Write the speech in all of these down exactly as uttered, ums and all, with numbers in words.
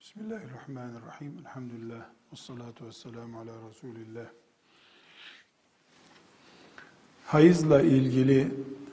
Bismillahirrahmanirrahim. Elhamdülillah. Vessalatu vesselamu ala Resulillah. Hayızla ilgili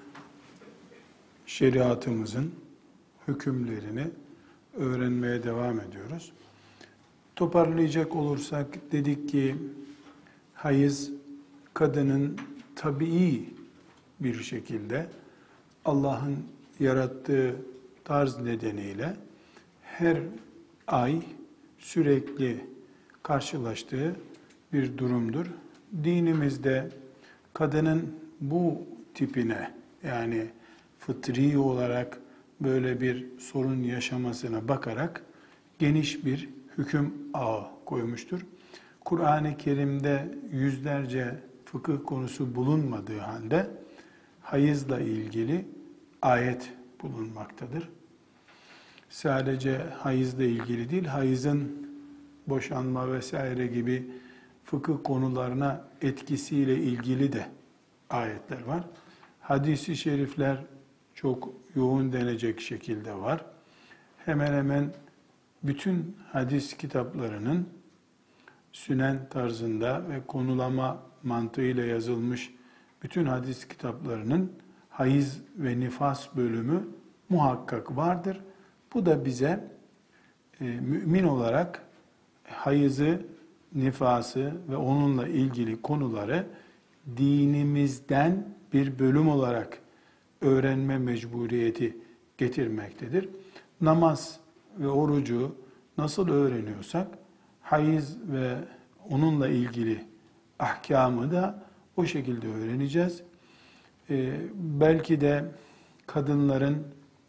şeriatımızın hükümlerini öğrenmeye devam ediyoruz. Toparlayacak olursak dedik ki hayız kadının tabii bir şekilde Allah'ın yarattığı tarz nedeniyle her ay sürekli karşılaştığı bir durumdur. Dinimizde kadının bu tipine, yani fıtri olarak böyle bir sorun yaşamasına bakarak geniş bir hüküm ağı koymuştur. Kur'an-ı Kerim'de yüzlerce fıkıh konusu bulunmadığı halde hayızla ilgili ayet bulunmaktadır. Sadece hayızla ilgili değil, hayızın boşanma vesaire gibi fıkıh konularına etkisiyle ilgili de ayetler var. Hadis-i şerifler çok yoğun denecek şekilde var. Hemen hemen bütün hadis kitaplarının sünen tarzında ve konulama mantığıyla yazılmış bütün hadis kitaplarının hayız ve nifas bölümü muhakkak vardır. Bu da bize e, mümin olarak hayızı, nifası ve onunla ilgili konuları dinimizden bir bölüm olarak öğrenme mecburiyeti getirmektedir. Namaz ve orucu nasıl öğreniyorsak, hayız ve onunla ilgili ahkamı da o şekilde öğreneceğiz. E, belki de kadınların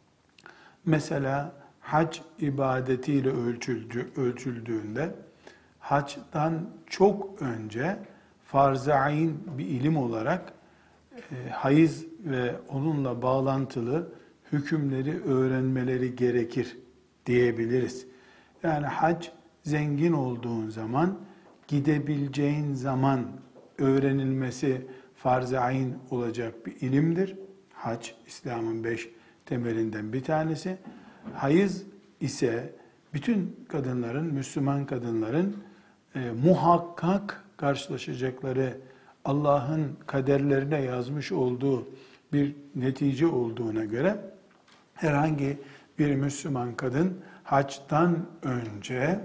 mesela hac ibadetiyle ölçüldü, ölçüldüğünde hacdan çok önce farz-ı ayn bir ilim olarak e, hayız ve onunla bağlantılı hükümleri öğrenmeleri gerekir diyebiliriz. Yani hac zengin olduğun zaman, gidebileceğin zaman öğrenilmesi farz-ı ayn olacak bir ilimdir. Hac, İslam'ın beş temelinden bir tanesi. Hayız ise bütün kadınların, Müslüman kadınların e, muhakkak karşılaşacakları, Allah'ın kaderlerine yazmış olduğu bir netice olduğuna göre herhangi bir Müslüman kadın haçtan önce,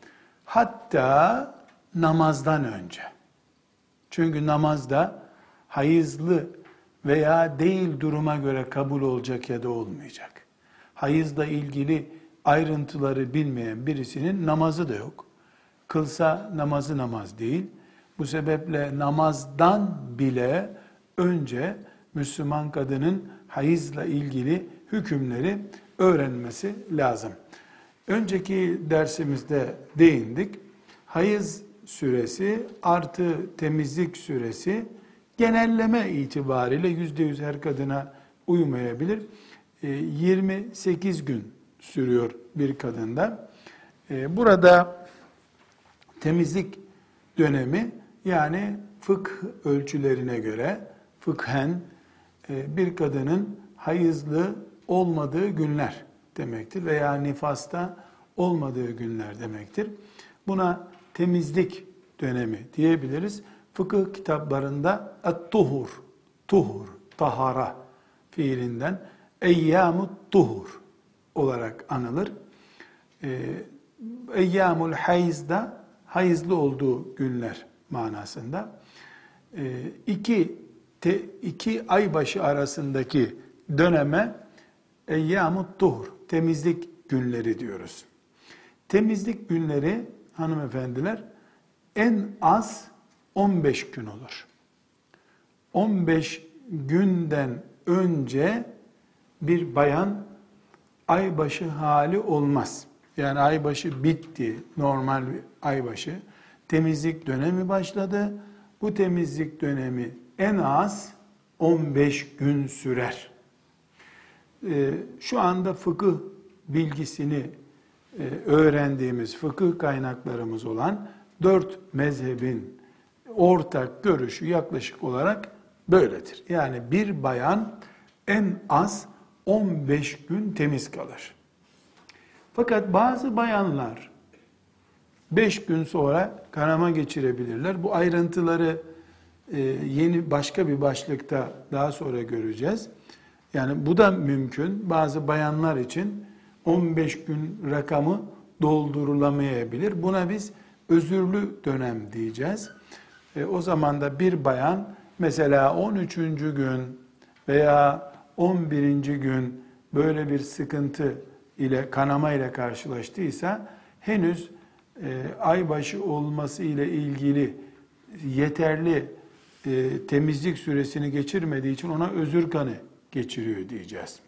hatta namazdan önce, çünkü namazda hayızlı veya değil duruma göre kabul olacak ya da olmayacak. Hayızla ilgili ayrıntıları bilmeyen birisinin namazı da yok. Kılsa namazı namaz değil. Bu sebeple namazdan bile önce Müslüman kadının hayızla ilgili hükümleri öğrenmesi lazım. Önceki dersimizde değindik. Hayız süresi artı temizlik süresi genelleme itibariyle yüzde yüz her kadına uymayabilir. yirmi sekiz gün sürüyor bir kadında. Burada temizlik dönemi, yani fıkh ölçülerine göre fıkhen bir kadının hayızlı olmadığı günler demektir veya nifasta olmadığı günler demektir. Buna temizlik dönemi diyebiliriz. Fıkıh kitaplarında et-tuhur, tuhur, tahara fiilinden eyyâmut tuhur olarak anılır. Eyyâmul hayz da hayızlı olduğu günler manasında. İki, te, iki ay başı arasındaki döneme eyyâmut tuhur, temizlik günleri diyoruz. Temizlik günleri hanımefendiler en az on beş gün olur. on beş günden önce bir bayan aybaşı hali olmaz. Yani aybaşı bitti, normal bir aybaşı. Temizlik dönemi başladı. Bu temizlik dönemi en az on beş gün sürer. Ee, şu anda fıkıh bilgisini e, öğrendiğimiz fıkıh kaynaklarımız olan dört mezhebin ortak görüşü yaklaşık olarak böyledir. Yani bir bayan en az on beş gün temiz kalır. Fakat bazı bayanlar beş gün sonra kanama geçirebilirler. Bu ayrıntıları e, yeni başka bir başlıkta daha sonra göreceğiz. Yani bu da mümkün. Bazı bayanlar için on beş gün rakamı doldurulamayabilir. Buna biz özürlü dönem diyeceğiz. E, o zaman da bir bayan mesela on üçüncü gün veya on birinci gün böyle bir sıkıntı ile, kanama ile karşılaştıysa henüz e, aybaşı olması ile ilgili yeterli e, temizlik süresini geçirmediği için ona özür kanı geçiriyor diyeceğiz.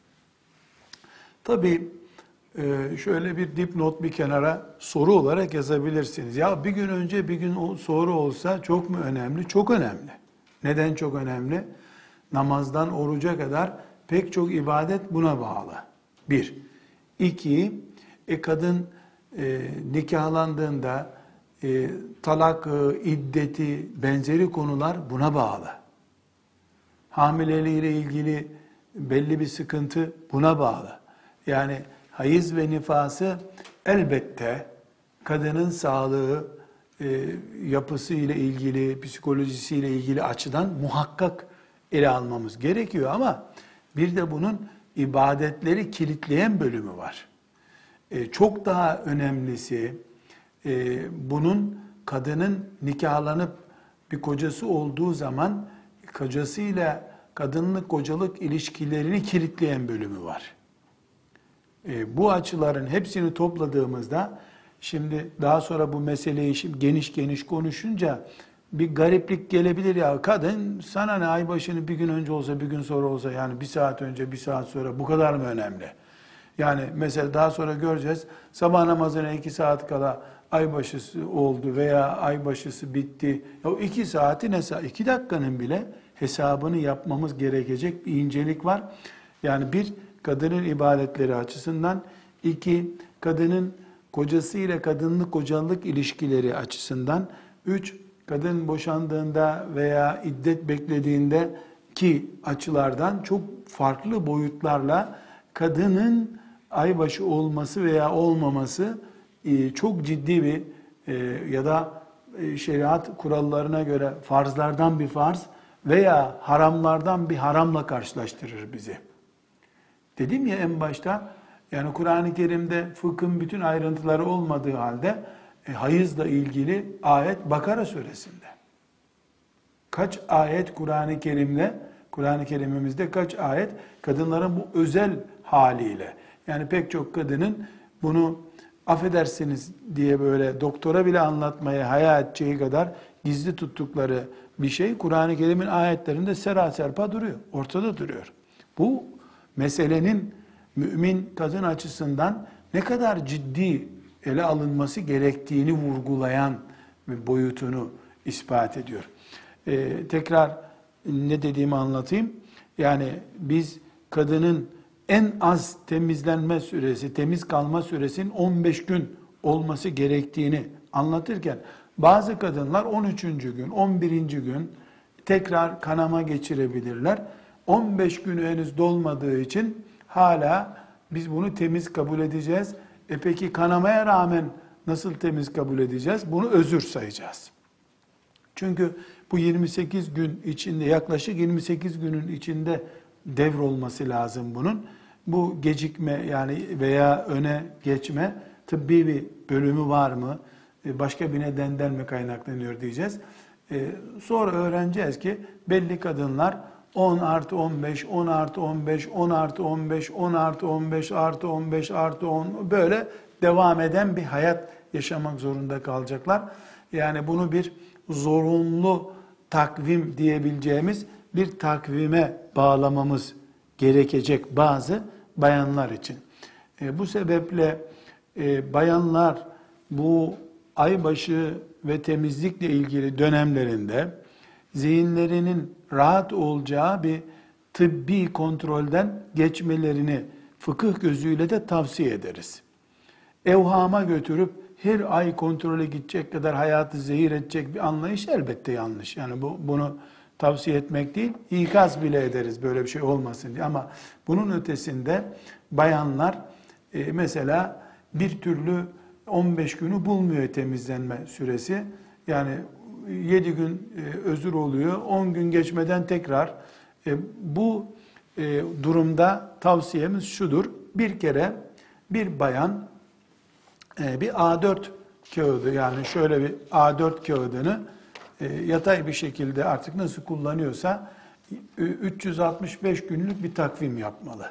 Tabii e, şöyle bir dipnot bir kenara soru olarak yazabilirsiniz. Ya bir gün önce bir gün sonra olsa çok mu önemli? Çok önemli. Neden çok önemli? Namazdan oruca kadar pek çok ibadet buna bağlı. Bir. İki, e, kadın e, nikahlandığında e, talak, e, iddeti, benzeri konular buna bağlı. Hamileliğiyle ilgili belli bir sıkıntı buna bağlı. Yani hayız ve nifası elbette kadının sağlığı, e, yapısı ile ilgili, psikolojisi ile ilgili açıdan muhakkak ele almamız gerekiyor ama bir de bunun ibadetleri kilitleyen bölümü var. E, çok daha önemlisi e, bunun kadının nikahlanıp bir kocası olduğu zaman kocasıyla kadınlık kocalık ilişkilerini kilitleyen bölümü var. E, bu açıların hepsini topladığımızda şimdi daha sonra bu meseleyi şimdi geniş geniş konuşunca bir gariplik gelebilir ya, kadın sana ne, ay başını bir gün önce olsa bir gün sonra olsa, yani bir saat önce bir saat sonra bu kadar mı önemli? Yani mesela daha sonra göreceğiz, sabah namazına iki saat kala aybaşısı oldu veya aybaşısı bitti. Ya o iki saati ne saat? iki dakikanın bile hesabını yapmamız gerekecek bir incelik var. Yani bir, kadının ibadetleri açısından; iki, kadının kocasıyla kadınlık kocalık ilişkileri açısından; üç, kadın boşandığında veya iddet beklediğinde ki açılardan çok farklı boyutlarla kadının aybaşı olması veya olmaması çok ciddi bir ya da şeriat kurallarına göre farzlardan bir farz veya haramlardan bir haramla karşılaştırır bizi. Dedim ya en başta, yani Kur'an-ı Kerim'de fıkhın bütün ayrıntıları olmadığı halde e, hayızla ilgili ayet Bakara suresinde. Kaç ayet Kur'an-ı Kerim'de, Kur'an-ı Kerim'imizde kaç ayet kadınların bu özel haliyle, yani pek çok kadının bunu affedersiniz diye böyle doktora bile anlatmaya hayal edeceği kadar gizli tuttukları bir şey Kur'an-ı Kerim'in ayetlerinde seraserpa duruyor, ortada duruyor. Bu meselenin mümin kadın açısından ne kadar ciddi ele alınması gerektiğini vurgulayan bir boyutunu ispat ediyor. Ee, tekrar ne dediğimi anlatayım. Yani biz kadının en az temizlenme süresi, temiz kalma süresinin on beş gün olması gerektiğini anlatırken bazı kadınlar on üçüncü gün, on birinci gün tekrar kanama geçirebilirler. on beş günü henüz dolmadığı için hala biz bunu temiz kabul edeceğiz. E peki kanamaya rağmen nasıl temiz kabul edeceğiz? Bunu özür sayacağız. Çünkü bu yirmi sekiz gün içinde, yaklaşık yirmi sekiz günün içinde devrolması lazım bunun. Bu gecikme yani veya öne geçme tıbbi bir bölümü var mı? Başka bir nedenden mi kaynaklanıyor diyeceğiz. Sonra öğreneceğiz ki belli kadınlar on artı on beş, on artı on beş, on artı on beş, on artı on beş, artı on beş, artı on böyle devam eden bir hayat yaşamak zorunda kalacaklar. Yani bunu bir zorunlu takvim diyebileceğimiz bir takvime bağlamamız gerekecek bazı bayanlar için. E, bu sebeple e, bayanlar bu aybaşı ve temizlikle ilgili dönemlerinde zihinlerinin rahat olacağı bir tıbbi kontrolden geçmelerini fıkıh gözüyle de tavsiye ederiz. Evhama götürüp her ay kontrole gidecek kadar hayatı zehir edecek bir anlayış elbette yanlış. Yani bu bunu tavsiye etmek değil, ikaz bile ederiz böyle bir şey olmasın diye. Ama bunun ötesinde bayanlar e, mesela bir türlü on beş günü bulmuyor temizlenme süresi. Yani yedi gün e, özür oluyor, on gün geçmeden tekrar. E, bu e, durumda tavsiyemiz şudur. Bir kere bir bayan e, bir A dört kağıdı, yani şöyle bir A dört kağıdını e, yatay bir şekilde artık nasıl kullanıyorsa üç yüz altmış beş günlük bir takvim yapmalı.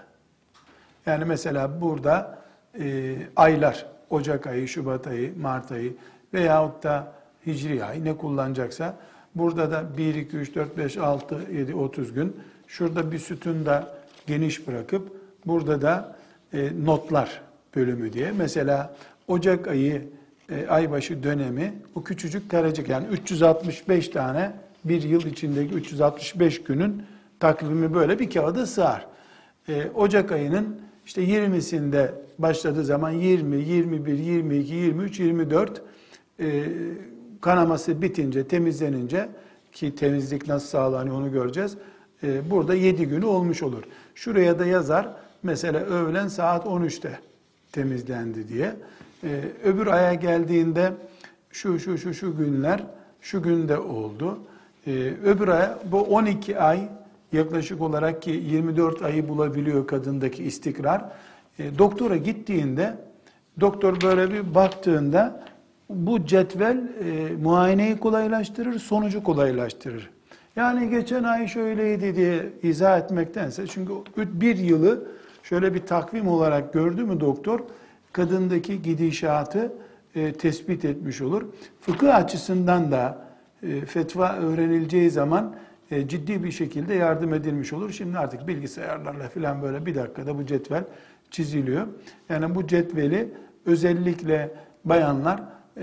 Yani mesela burada e, aylar, Ocak ayı, Şubat ayı, Mart ayı veyahut da Hicri ay ne kullanacaksa burada da bir, iki, üç, dört, beş, altı, yedi, otuz gün. Şurada bir sütun da geniş bırakıp burada da e, notlar bölümü diye. Mesela Ocak ayı e, aybaşı dönemi bu küçücük karecik, yani üç yüz altmış beş tane bir yıl içindeki üç yüz altmış beş günün takvimi böyle bir kağıda sığar. E, Ocak ayının işte yirmisinde başladığı zaman yirmi, yirmi bir, yirmi iki, yirmi üç, yirmi dört e, kanaması bitince, temizlenince, ki temizlik nasıl sağlanıyor onu göreceğiz. E, burada yedi günü olmuş olur. Şuraya da yazar mesela öğlen saat on üçte temizlendi diye. E, öbür aya geldiğinde şu şu şu şu günler şu günde oldu. E, öbür aya bu on iki ay yaklaşık olarak, ki yirmi dört ayı bulabiliyor kadındaki istikrar. E, doktora gittiğinde doktor böyle bir baktığında bu cetvel e, muayeneyi kolaylaştırır, sonucu kolaylaştırır. Yani geçen ay şöyleydi diye izah etmektense, çünkü bir yılı şöyle bir takvim olarak gördü mü doktor, kadındaki gidişatı e, tespit etmiş olur. Fıkıh açısından da e, fetva öğrenileceği zaman e, ciddi bir şekilde yardım edilmiş olur. Şimdi artık bilgisayarlarla falan böyle bir dakikada bu cetvel çiziliyor. Yani bu cetveli özellikle bayanlar, e,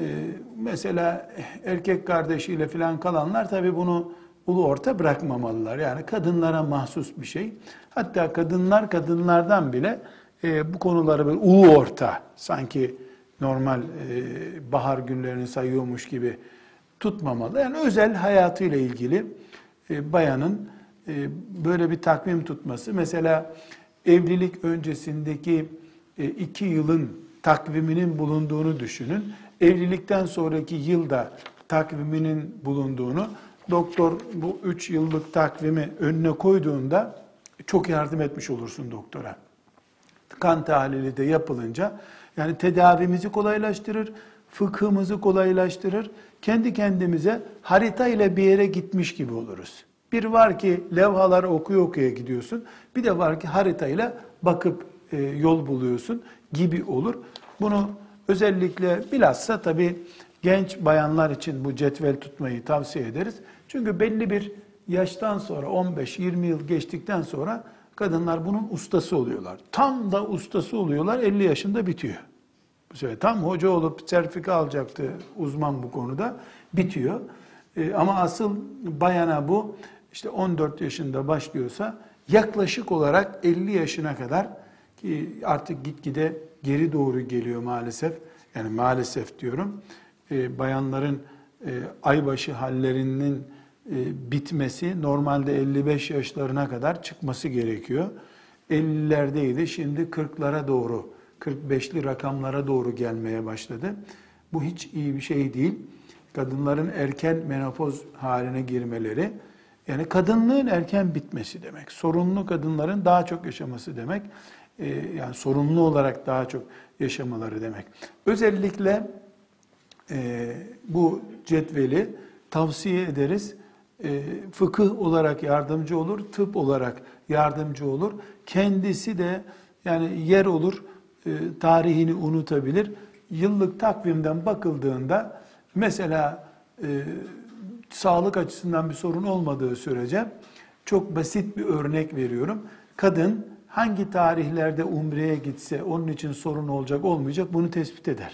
mesela erkek kardeşiyle falan kalanlar tabii bunu ulu orta bırakmamalılar. Yani kadınlara mahsus bir şey. Hatta kadınlar kadınlardan bile e, bu konuları böyle ulu orta, sanki normal e, bahar günlerini sayıyormuş gibi tutmamalı. Yani özel hayatıyla ilgili e, bayanın e, böyle bir takvim tutması. Mesela evlilik öncesindeki e, iki yılın takviminin bulunduğunu düşünün. Evlilikten sonraki yılda takviminin bulunduğunu, doktor bu üç yıllık takvimi önüne koyduğunda çok yardım etmiş olursun doktora. Kan tahlili de yapılınca yani tedavimizi kolaylaştırır, fıkhımızı kolaylaştırır. Kendi kendimize harita ile bir yere gitmiş gibi oluruz. Bir var ki levhalar okuya okuya gidiyorsun. Bir de var ki haritayla bakıp e, yol buluyorsun gibi olur. Bunu özellikle bilhassa tabii genç bayanlar için bu cetvel tutmayı tavsiye ederiz. Çünkü belli bir yaştan sonra, on beş yirmi yıl geçtikten sonra kadınlar bunun ustası oluyorlar. Tam da ustası oluyorlar, elli yaşında bitiyor. Bu sefer tam hoca olup sertifika alacaktı uzman bu konuda, bitiyor. Ee, ama asıl bayana bu işte on dört yaşında başlıyorsa yaklaşık olarak elli yaşına kadar, ki artık gitgide geri doğru geliyor maalesef. Yani maalesef diyorum, e, bayanların e, aybaşı hallerinin e, bitmesi normalde elli beş yaşlarına kadar çıkması gerekiyor. ellilerdeydi, şimdi kırklara doğru, kırk beşli rakamlara doğru gelmeye başladı. Bu hiç iyi bir şey değil. Kadınların erken menopoz haline girmeleri, yani kadınlığın erken bitmesi demek. Sorunlu kadınların daha çok yaşaması demek. Ee, yani sorunlu olarak daha çok yaşamaları demek. Özellikle e, bu cetveli tavsiye ederiz. E, fıkıh olarak yardımcı olur, tıp olarak yardımcı olur. Kendisi de yani yer olur, e, tarihini unutabilir. Yıllık takvimden bakıldığında mesela e, sağlık açısından bir sorun olmadığı sürece, çok basit bir örnek veriyorum. Kadın hangi tarihlerde umreye gitse onun için sorun olacak olmayacak bunu tespit eder.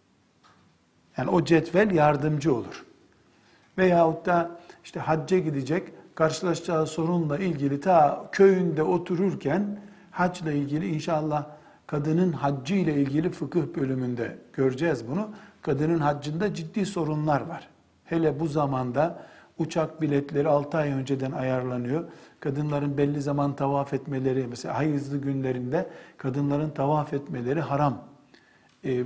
Yani o cetvel yardımcı olur. Veyahut da işte hacca gidecek, karşılaşacağı sorunla ilgili ta köyünde otururken hacla ilgili inşallah kadının haccı ile ilgili fıkıh bölümünde göreceğiz bunu. Kadının haccında ciddi sorunlar var. Hele bu zamanda uçak biletleri altı ay önceden ayarlanıyor. Kadınların belli zaman tavaf etmeleri, mesela hayızlı günlerinde kadınların tavaf etmeleri haram. E,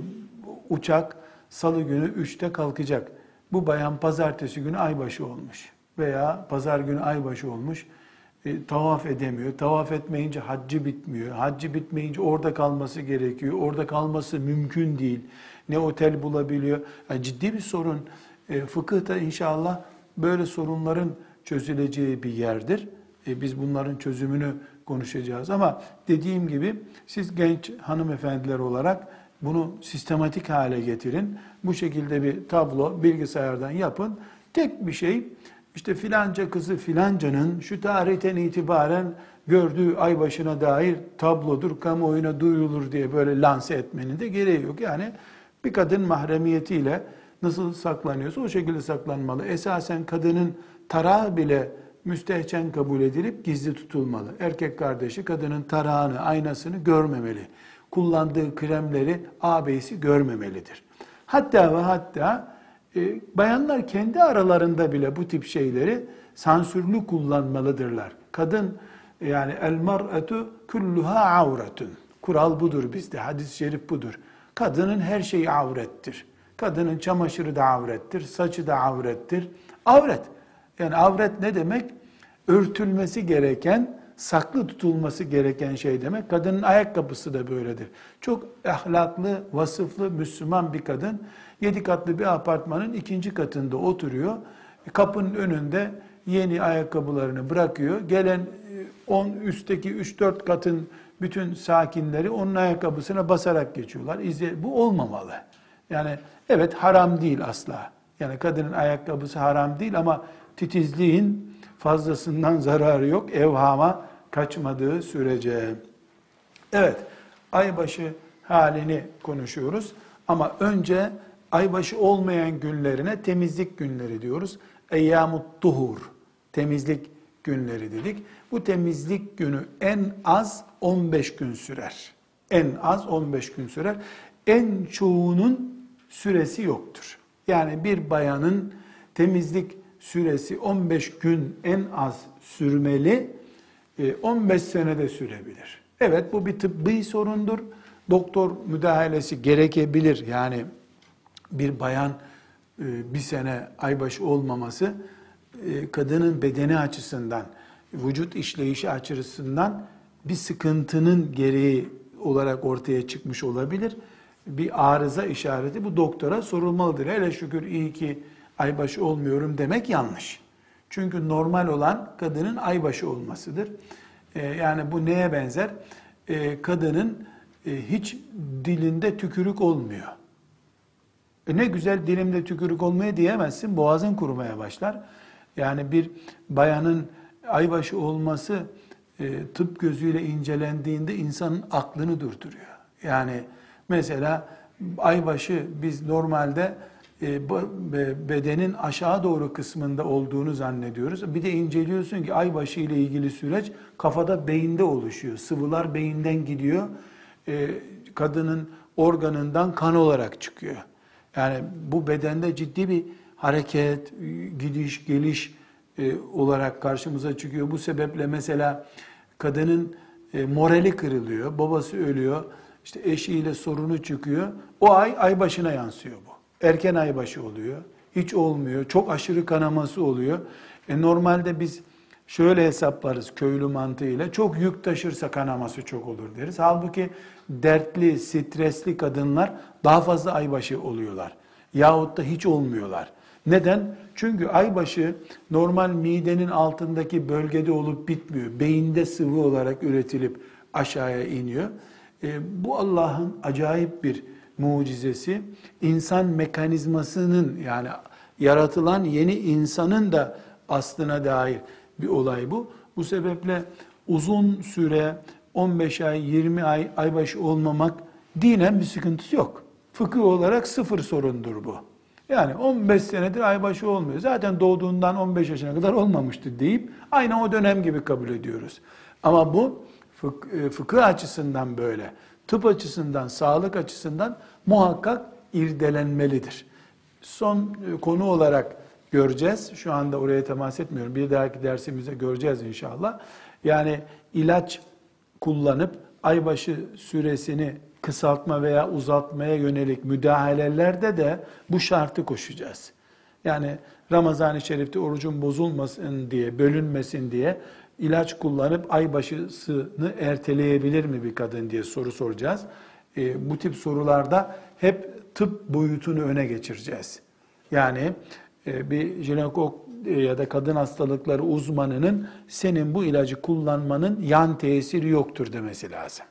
uçak salı günü üçte kalkacak. Bu bayan pazartesi günü aybaşı olmuş veya pazar günü aybaşı olmuş. E, tavaf edemiyor. Tavaf etmeyince haccı bitmiyor. Haccı bitmeyince orada kalması gerekiyor. Orada kalması mümkün değil. Ne otel bulabiliyor. Yani ciddi bir sorun. E, fıkıhta inşallah böyle sorunların çözüleceği bir yerdir. E, biz bunların çözümünü konuşacağız. Ama dediğim gibi siz genç hanımefendiler olarak bunu sistematik hale getirin. Bu şekilde bir tablo bilgisayardan yapın. Tek bir şey, işte filanca kızı filancanın şu tarihten itibaren gördüğü aybaşına dair tablodur, kamuoyuna duyulur diye böyle lanse etmenin de gereği yok. Yani bir kadın mahremiyetiyle nasıl saklanıyorsa o şekilde saklanmalı. Esasen kadının tarağı bile müstehcen kabul edilip gizli tutulmalı. Erkek kardeşi kadının tarağını, aynasını görmemeli. Kullandığı kremleri ağabeyisi görmemelidir. Hatta ve hatta e, bayanlar kendi aralarında bile bu tip şeyleri sansürlü kullanmalıdırlar. Kadın yani el mar'atu kulluha avretun. Kural budur bizde, hadis-i şerif budur. Kadının her şeyi avrettir. Kadının çamaşırı da avrettir, saçı da avrettir. Avret. Yani avret ne demek? Örtülmesi gereken, saklı tutulması gereken şey demek. Kadının ayakkabısı da böyledir. Çok ahlaklı, vasıflı, Müslüman bir kadın yedi katlı bir apartmanın ikinci katında oturuyor. Kapının önünde yeni ayakkabılarını bırakıyor. Gelen on üstteki üç dört katın bütün sakinleri onun ayakkabısına basarak geçiyorlar. Bu olmamalı. Yani evet haram değil asla. Yani kadının ayakkabısı haram değil ama titizliğin fazlasından zararı yok. Evhama kaçmadığı sürece. Evet, aybaşı halini konuşuyoruz. Ama önce aybaşı olmayan günlerine temizlik günleri diyoruz. Eyyâmut duhur, temizlik günleri dedik. Bu temizlik günü en az on beş gün sürer. En az on beş gün sürer. En çoğunun süresi yoktur. Yani bir bayanın temizlik süresi on beş gün en az sürmeli, on beş senede sürebilir. Evet, bu bir tıbbi sorundur. Doktor müdahalesi gerekebilir. Yani bir bayan bir sene aybaşı olmaması kadının bedeni açısından, vücut işleyişi açısından bir sıkıntının gereği olarak ortaya çıkmış olabilir. Bir arıza işareti bu doktora sorulmalıdır. Hele şükür iyi ki aybaşı olmuyorum demek yanlış. Çünkü normal olan kadının aybaşı olmasıdır. Ee, yani bu neye benzer? Ee, kadının e, hiç dilinde tükürük olmuyor. E ne güzel dilimde tükürük olmaya diyemezsin, boğazın kurumaya başlar. Yani bir bayanın aybaşı olması e, tıp gözüyle incelendiğinde insanın aklını durduruyor. Yani mesela aybaşı biz normalde e, bedenin aşağı doğru kısmında olduğunu zannediyoruz. Bir de inceliyorsun ki aybaşı ile ilgili süreç kafada, beyinde oluşuyor. Sıvılar beyinden gidiyor. E, kadının organından kan olarak çıkıyor. Yani bu bedende ciddi bir hareket, gidiş, geliş e, olarak karşımıza çıkıyor. Bu sebeple mesela kadının e, morali kırılıyor, babası ölüyor, işte eşiyle sorunu çıkıyor. O ay aybaşına yansıyor bu. Erken aybaşı oluyor, hiç olmuyor, çok aşırı kanaması oluyor. E, normalde biz şöyle hesaplarız köylü mantığıyla, çok yük taşırsa kanaması çok olur deriz. Halbuki dertli, stresli kadınlar daha fazla aybaşı oluyorlar. Yahut da hiç olmuyorlar. Neden? Çünkü aybaşı normal midenin altındaki bölgede olup bitmiyor. Beyinde sıvı olarak üretilip aşağıya iniyor. E, bu Allah'ın acayip bir mucizesi. İnsan mekanizmasının, yani yaratılan yeni insanın da aslına dair bir olay bu. Bu sebeple uzun süre on beş ay, yirmi ay aybaşı olmamak dinen bir sıkıntısı yok. Fıkıh olarak sıfır sorundur bu. Yani on beş senedir aybaşı olmuyor. Zaten doğduğundan on beş yaşına kadar olmamıştı deyip aynı o dönem gibi kabul ediyoruz. Ama bu fık- fıkıh açısından böyle, tıp açısından, sağlık açısından muhakkak irdelenmelidir. Son konu olarak göreceğiz. Şu anda oraya temas etmiyorum. Bir dahaki dersimizde göreceğiz inşallah. Yani ilaç kullanıp aybaşı süresini kısaltma veya uzatmaya yönelik müdahalelerde de bu şartı koşacağız. Yani Ramazan-ı Şerif'te orucun bozulmasın diye, bölünmesin diye ilaç kullanıp aybaşısını erteleyebilir mi bir kadın diye soru soracağız. E, bu tip sorularda hep tıp boyutunu öne geçireceğiz. Yani e, bir jinekolog ya da kadın hastalıkları uzmanının senin bu ilacı kullanmanın yan tesiri yoktur demesi lazım.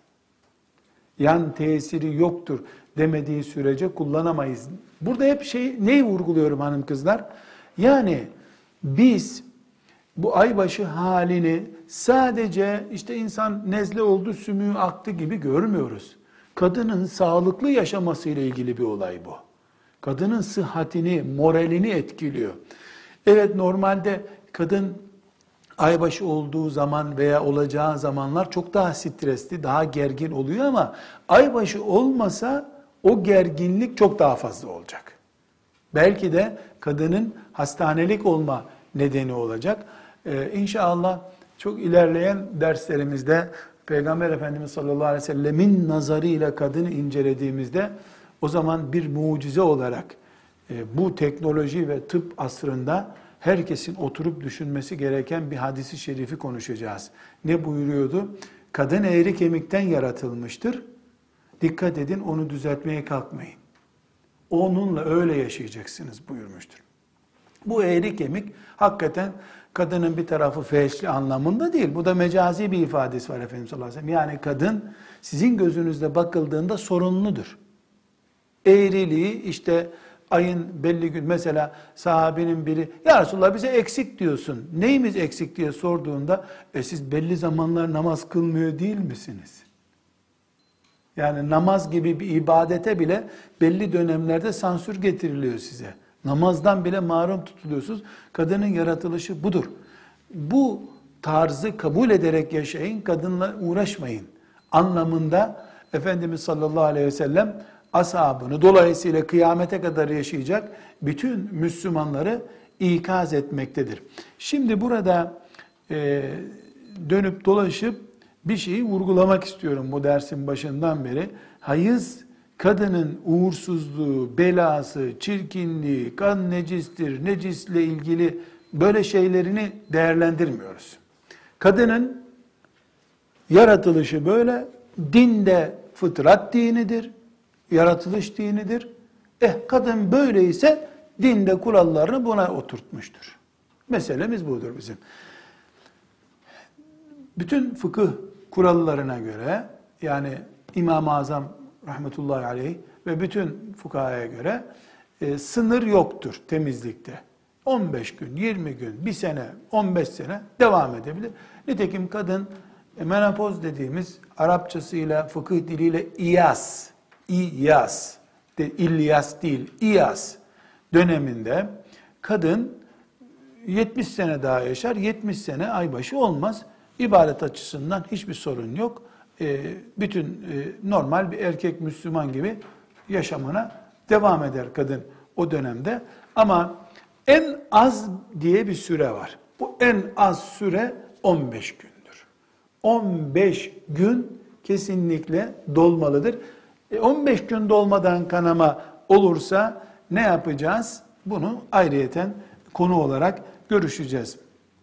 Yan tesiri yoktur demediği sürece kullanamayız. Burada hep şey neyi vurguluyorum hanım kızlar? Yani biz bu aybaşı halini sadece işte insan nezle oldu, sümüğü aktı gibi görmüyoruz. Kadının sağlıklı yaşaması ile ilgili bir olay bu. Kadının sıhhatini, moralini etkiliyor. Evet, normalde kadın aybaşı olduğu zaman veya olacağı zamanlar çok daha stresli, daha gergin oluyor ama aybaşı olmasa o gerginlik çok daha fazla olacak. Belki de kadının hastanelik olma nedeni olacak. Ee, İnşallah çok ilerleyen derslerimizde Peygamber Efendimiz sallallahu aleyhi ve sellemin nazarıyla kadını incelediğimizde o zaman bir mucize olarak e, bu teknoloji ve tıp asrında herkesin oturup düşünmesi gereken bir hadisi şerifi konuşacağız. Ne buyuruyordu? Kadın eğri kemikten yaratılmıştır. Dikkat edin, onu düzeltmeye kalkmayın. Onunla öyle yaşayacaksınız buyurmuştur. Bu eğri kemik hakikaten kadının bir tarafı feşli anlamında değil. Bu da mecazi bir ifadesi var Efendimiz sallallahu aleyhi ve sellem. Yani kadın sizin gözünüzde bakıldığında sorunludur. Eğriliği işte ayın belli gün, mesela sahabenin biri ya Resulullah bize eksik diyorsun. Neyimiz eksik diye sorduğunda e siz belli zamanlar namaz kılmıyor değil misiniz? Yani namaz gibi bir ibadete bile belli dönemlerde sansür getiriliyor size. Namazdan bile mahrum tutuluyorsunuz. Kadının yaratılışı budur. Bu tarzı kabul ederek yaşayın, kadınla uğraşmayın anlamında Efendimiz sallallahu aleyhi ve sellem ashabını, dolayısıyla kıyamete kadar yaşayacak bütün Müslümanları ikaz etmektedir. Şimdi burada e, dönüp dolaşıp bir şeyi vurgulamak istiyorum bu dersin başından beri. Hayız, kadının uğursuzluğu, belası, çirkinliği, kan necistir, necisle ilgili böyle şeylerini değerlendirmiyoruz. Kadının yaratılışı böyle, dinde fıtrat dinidir, yaratılış dinidir. Eh kadın böyleyse dinde kurallarını buna oturtmuştur. Meselemiz budur bizim. Bütün fıkıh kurallarına göre, yani İmam-ı Azam rahmetullahi aleyh ve bütün fukahaya göre e, sınır yoktur temizlikte. on beş gün, yirmi gün, bir sene, on beş sene devam edebilir. Nitekim kadın e, menopoz dediğimiz Arapçasıyla, fıkıh diliyle iyas, iyas, de, İlyas değil, iyas döneminde kadın yetmiş sene daha yaşar, yetmiş sene aybaşı olmaz. İbadet açısından hiçbir sorun yok. Bütün normal bir erkek Müslüman gibi yaşamına devam eder kadın o dönemde. Ama en az diye bir süre var. Bu en az süre on beş gündür. on beş gün kesinlikle dolmalıdır. on beş gün dolmadan kanama olursa ne yapacağız? Bunu ayrıyeten konu olarak görüşeceğiz.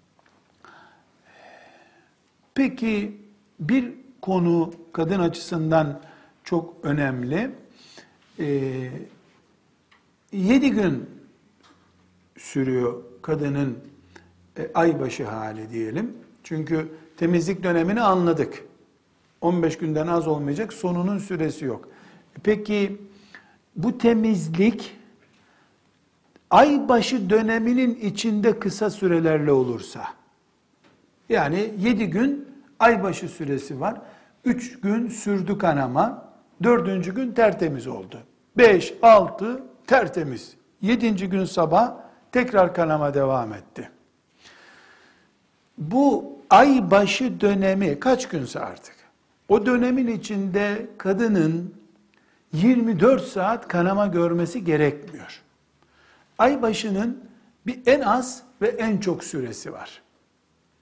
Peki bir konu kadın açısından çok önemli. Ee, yedi gün sürüyor kadının e, aybaşı hali diyelim. Çünkü temizlik dönemini anladık. on beş günden az olmayacak, sonunun süresi yok. Peki bu temizlik aybaşı döneminin içinde kısa sürelerle olursa, yani yedi gün aybaşı süresi var. üç gün sürdü kanama. dördüncü gün tertemiz oldu. beş, altı tertemiz. yedinci gün sabah tekrar kanama devam etti. Bu aybaşı dönemi kaç günse artık, o dönemin içinde kadının yirmi dört saat kanama görmesi gerekmiyor. Aybaşının bir en az ve en çok süresi var.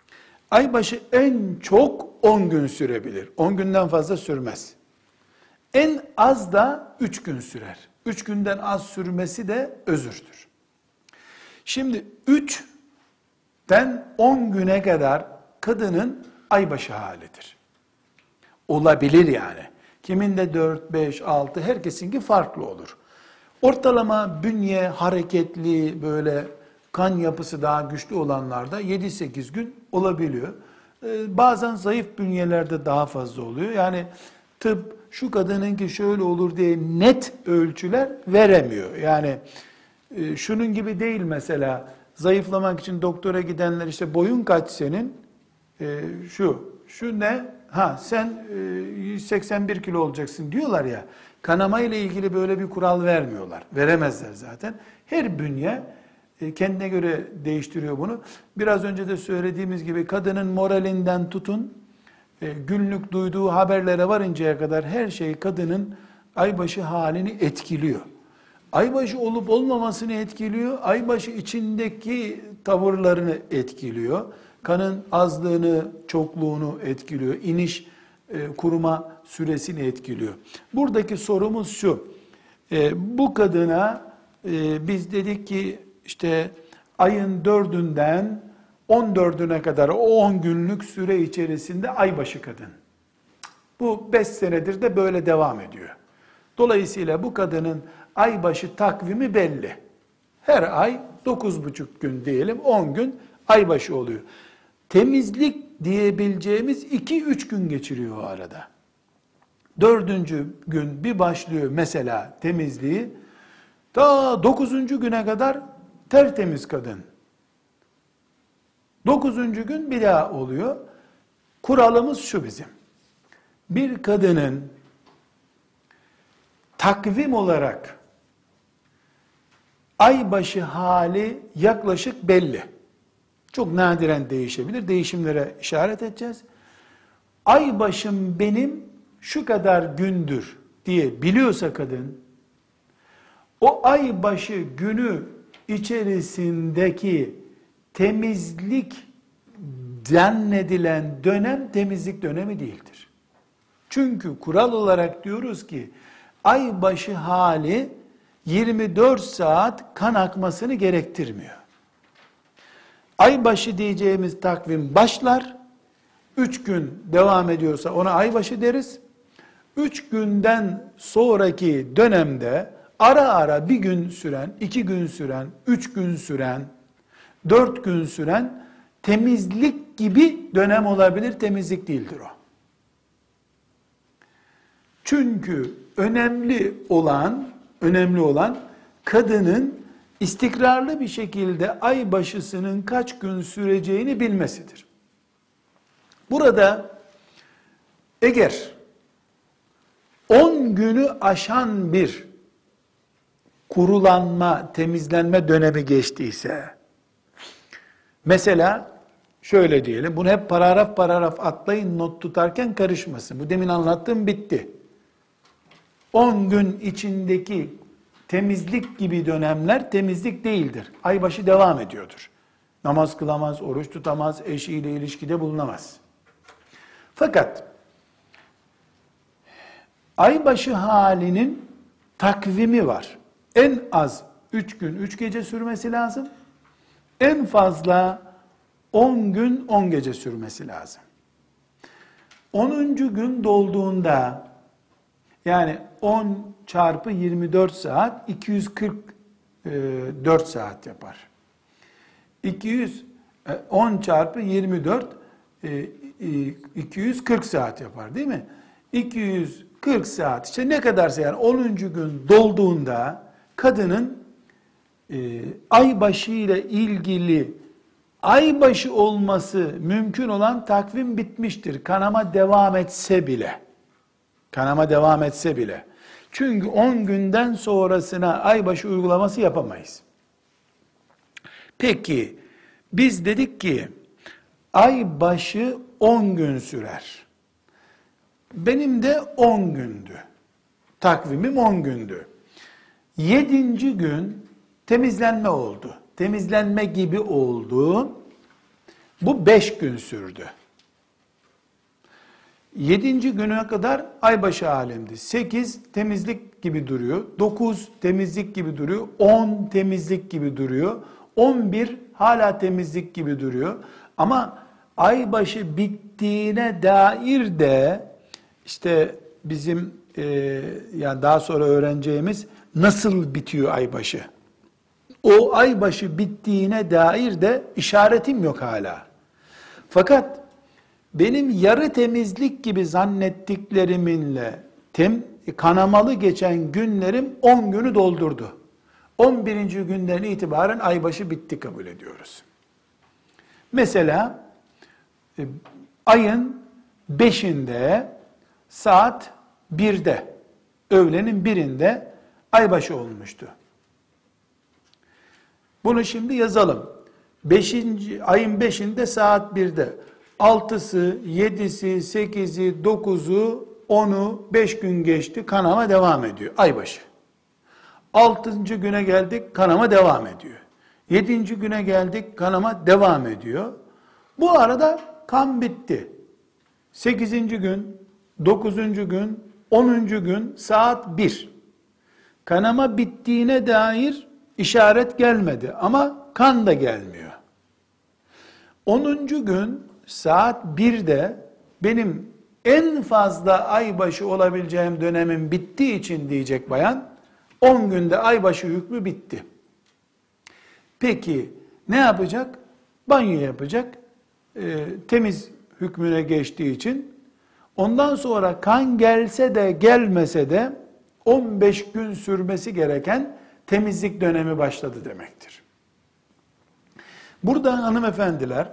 Aybaşı en çok on gün sürebilir. on günden fazla sürmez. En az da üç gün sürer. üç günden az sürmesi de özürdür. Şimdi üçten on güne kadar kadının aybaşı halidir. Olabilir yani. Kiminde dört, beş, altı, herkesinki farklı olur. Ortalama bünye hareketli, böyle kan yapısı daha güçlü olanlarda yedi sekiz gün olabiliyor. Ee, bazen zayıf bünyelerde daha fazla oluyor. Yani tıp şu kadınınki şöyle olur diye net ölçüler veremiyor. Yani e, şunun gibi değil mesela, zayıflamak için doktora gidenler işte boyun kaç senin? E, şu, şu ne? Ha sen e, yüz seksen bir kilo olacaksın diyorlar ya. Kanama ile ilgili böyle bir kural vermiyorlar. Veremezler zaten. Her bünye e, kendine göre değiştiriyor bunu. Biraz önce de söylediğimiz gibi kadının moralinden tutun, e, günlük duyduğu haberlere varıncaya kadar her şey kadının aybaşı halini etkiliyor. Aybaşı olup olmamasını etkiliyor. Aybaşı içindeki tavırlarını etkiliyor. Kanın azlığını, çokluğunu etkiliyor. İniş, e, kuruma süresini etkiliyor. Buradaki sorumuz şu. E, bu kadına e, biz dedik ki işte ayın dördünden on dördüne kadar o on günlük süre içerisinde aybaşı kadın. Bu beş senedir de böyle devam ediyor. Dolayısıyla bu kadının aybaşı takvimi belli. Her ay dokuz buçuk gün diyelim, on gün aybaşı oluyor. Temizlik diyebileceğimiz iki üç gün geçiriyor o arada. Dördüncü gün bir başlıyor mesela temizliği, ta dokuzuncu güne kadar tertemiz kadın. Dokuzuncu gün bir daha oluyor. Kuralımız şu bizim. Bir kadının takvim olarak aybaşı hali yaklaşık belli. Çok nadiren değişebilir. Değişimlere işaret edeceğiz. Aybaşım benim şu kadar gündür diye biliyorsa kadın, o aybaşı günü içerisindeki temizlik zannedilen dönem temizlik dönemi değildir. Çünkü kural olarak diyoruz ki aybaşı hali yirmi dört saat kan akmasını gerektirmiyor. Aybaşı diyeceğimiz takvim başlar, üç gün devam ediyorsa ona aybaşı deriz. üç günden sonraki dönemde ara ara bir gün süren, iki gün süren, üç gün süren, dört gün süren temizlik gibi dönem olabilir, temizlik değildir o. Çünkü önemli olan, önemli olan kadının istikrarlı bir şekilde aybaşısının kaç gün süreceğini bilmesidir. Burada eğer on günü aşan bir kurulanma, temizlenme dönemi geçtiyse, mesela şöyle diyelim, bunu hep paragraf paragraf atlayın, not tutarken karışmasın. Bu demin anlattığım bitti. on gün içindeki temizlik gibi dönemler temizlik değildir. Aybaşı devam ediyordur. Namaz kılamaz, oruç tutamaz, eşiyle ilişkide bulunamaz. Fakat aybaşı halinin takvimi var. En az üç gün, üç gece sürmesi lazım. En fazla on gün, on gece sürmesi lazım. onuncu gün dolduğunda, yani on çarpı yirmi dört saat, iki yüz kırk dört saat yapar. iki yüz on çarpı yirmi dört, iki yüz kırk saat yapar değil mi? iki yüz kırk saat, işte ne kadarsa, yani onuncu gün dolduğunda kadının e, aybaşı ile ilgili aybaşı olması mümkün olan takvim bitmiştir. Kanama devam etse bile. Kanama devam etse bile. Çünkü on günden sonrasına aybaşı uygulaması yapamayız. Peki biz dedik ki aybaşı on gün sürer. Benim de on gündü. Takvimim on gündü. Yedinci gün temizlenme oldu. Temizlenme gibi oldu. Bu beş gün sürdü. Yedinci güne kadar aybaşı alemdi. Sekiz temizlik gibi duruyor. Dokuz temizlik gibi duruyor. On temizlik gibi duruyor. On bir hala temizlik gibi duruyor. Ama aybaşı bittiğine dair de işte bizim e, yani daha sonra öğreneceğimiz nasıl bitiyor aybaşı? O aybaşı bittiğine dair de işaretim yok hala. Fakat benim yarı temizlik gibi zannettikleriminle tem, kanamalı geçen günlerim on günü doldurdu. on birinci günden itibaren aybaşı bitti kabul ediyoruz. Mesela e, ayın beşinde saat birde, öğlenin birinde aybaşı olmuştu. Bunu şimdi yazalım. Beşinci, ayın beşinde saat birde. Altısı, yedisi, sekizi, dokuzu, onu, beş gün geçti, kanama devam ediyor. Aybaşı. Altıncı güne geldik, kanama devam ediyor. Yedinci güne geldik, kanama devam ediyor. Bu arada kan bitti. Sekizinci gün, dokuzuncu gün, onuncu gün saat bir. Kanama bittiğine dair işaret gelmedi ama kan da gelmiyor. Onuncu gün saat birde benim en fazla aybaşı olabileceğim dönemin bittiği için diyecek bayan, on günde aybaşı hükmü bitti. Peki ne yapacak? Banyo yapacak. E, temiz hükmüne geçtiği için ondan sonra kan gelse de gelmese de on beş gün sürmesi gereken temizlik dönemi başladı demektir. Burada hanımefendiler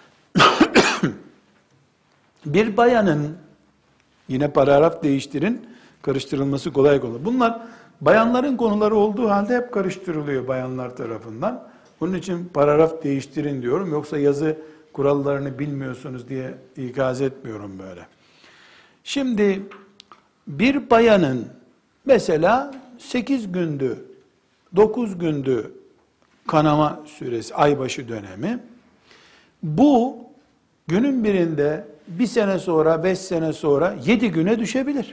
bir bayanın, yine paragraf değiştirin, karıştırılması kolay kolay. Bunlar bayanların konuları olduğu halde hep karıştırılıyor bayanlar tarafından. Bunun için paragraf değiştirin diyorum. Yoksa yazı kurallarını bilmiyorsunuz diye ikaz etmiyorum böyle. Şimdi bir bayanın mesela sekiz gündü, dokuz gündü kanama süresi, aybaşı dönemi. Bu günün birinde bir sene sonra, beş sene sonra yedi güne düşebilir.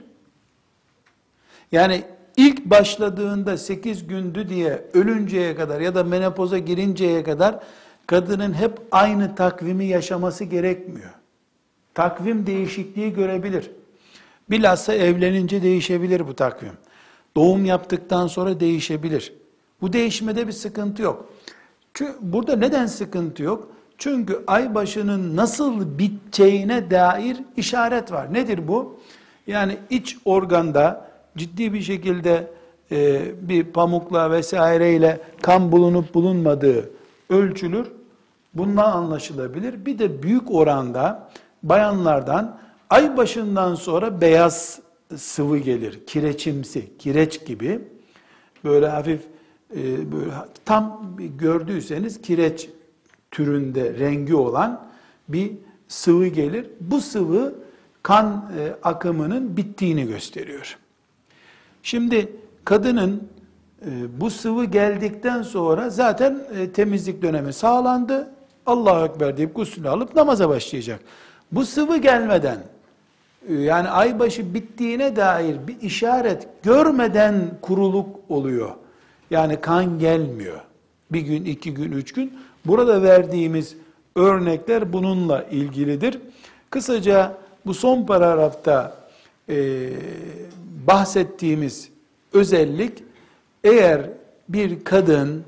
Yani ilk başladığında sekiz gündü diye ölünceye kadar ya da menopoza girinceye kadar kadının hep aynı takvimi yaşaması gerekmiyor. Takvim değişikliği görebilir. Bilhassa evlenince değişebilir bu takvim. Doğum yaptıktan sonra değişebilir. Bu değişmede bir sıkıntı yok. Çünkü burada neden sıkıntı yok? Çünkü aybaşının nasıl biteceğine dair işaret var. Nedir bu? Yani iç organda ciddi bir şekilde e, bir pamukla vesaireyle kan bulunup bulunmadığı ölçülür. Bundan anlaşılabilir. Bir de büyük oranda bayanlardan ay başından sonra beyaz sıvı gelir. Kireçimsi, kireç gibi. Böyle hafif e, böyle tam gördüyseniz kireç türünde rengi olan bir sıvı gelir. Bu sıvı kan e, akımının bittiğini gösteriyor. Şimdi kadının e, bu sıvı geldikten sonra zaten e, temizlik dönemi sağlandı. Allahu Ekber deyip gusülünü alıp namaza başlayacak. Bu sıvı gelmeden e, yani aybaşı bittiğine dair bir işaret görmeden kuruluk oluyor. Yani kan gelmiyor. Bir gün, iki gün, üç gün. Burada verdiğimiz örnekler bununla ilgilidir. Kısaca bu son paragrafta e, bahsettiğimiz özellik, eğer bir kadın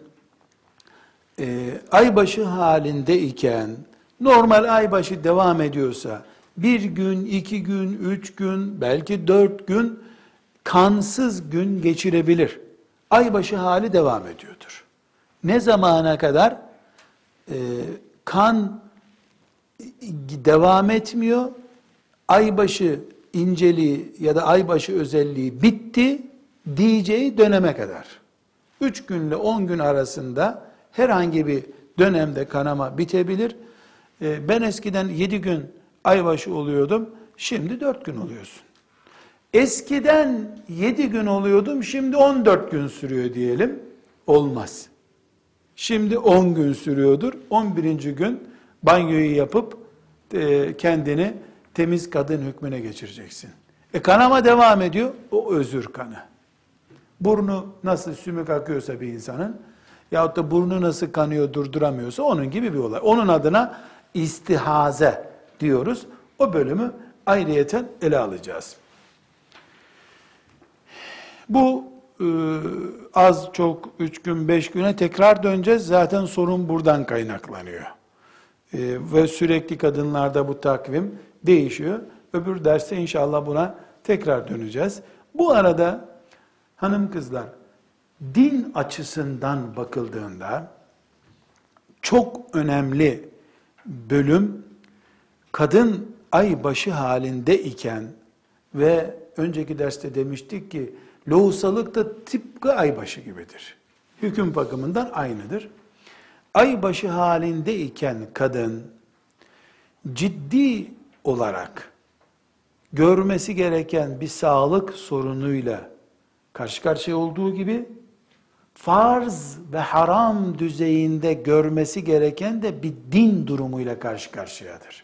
e, aybaşı halindeyken normal aybaşı devam ediyorsa bir gün, iki gün, üç gün, belki dört gün kansız gün geçirebilir. Aybaşı hali devam ediyordur. Ne zamana kadar? Ee, kan devam etmiyor. Aybaşı inceliği ya da aybaşı özelliği bitti diyeceği döneme kadar. Üç günle on gün arasında herhangi bir dönemde kanama bitebilir. Ee, ben eskiden yedi gün aybaşı oluyordum. Şimdi dört gün oluyorsun. Eskiden yedi gün oluyordum. Şimdi on dört gün sürüyor diyelim. Olmaz. Şimdi on gün sürüyordur. on birinci gün banyoyu yapıp e, kendini temiz kadın hükmüne geçireceksin. E kanama devam ediyor, o özür kanı. Burnu nasıl sümük akıyorsa bir insanın, yahut da burnu nasıl kanıyor durduramıyorsa onun gibi bir olay. Onun adına istihaze diyoruz. O bölümü ayrıyeten ele alacağız. Bu e, az çok üç gün beş güne tekrar döneceğiz. Zaten sorun buradan kaynaklanıyor. E, ve sürekli kadınlarda bu takvim değişiyor. Öbür derste inşallah buna tekrar döneceğiz. Bu arada hanım kızlar, din açısından bakıldığında çok önemli bölüm, kadın aybaşı halinde iken ve önceki derste demiştik ki lohusalık da tıpkı aybaşı gibidir. Hüküm bakımından aynıdır. Aybaşı halinde iken kadın ciddi olarak görmesi gereken bir sağlık sorunuyla karşı karşıya olduğu gibi farz ve haram düzeyinde görmesi gereken de bir din durumuyla karşı karşıyadır.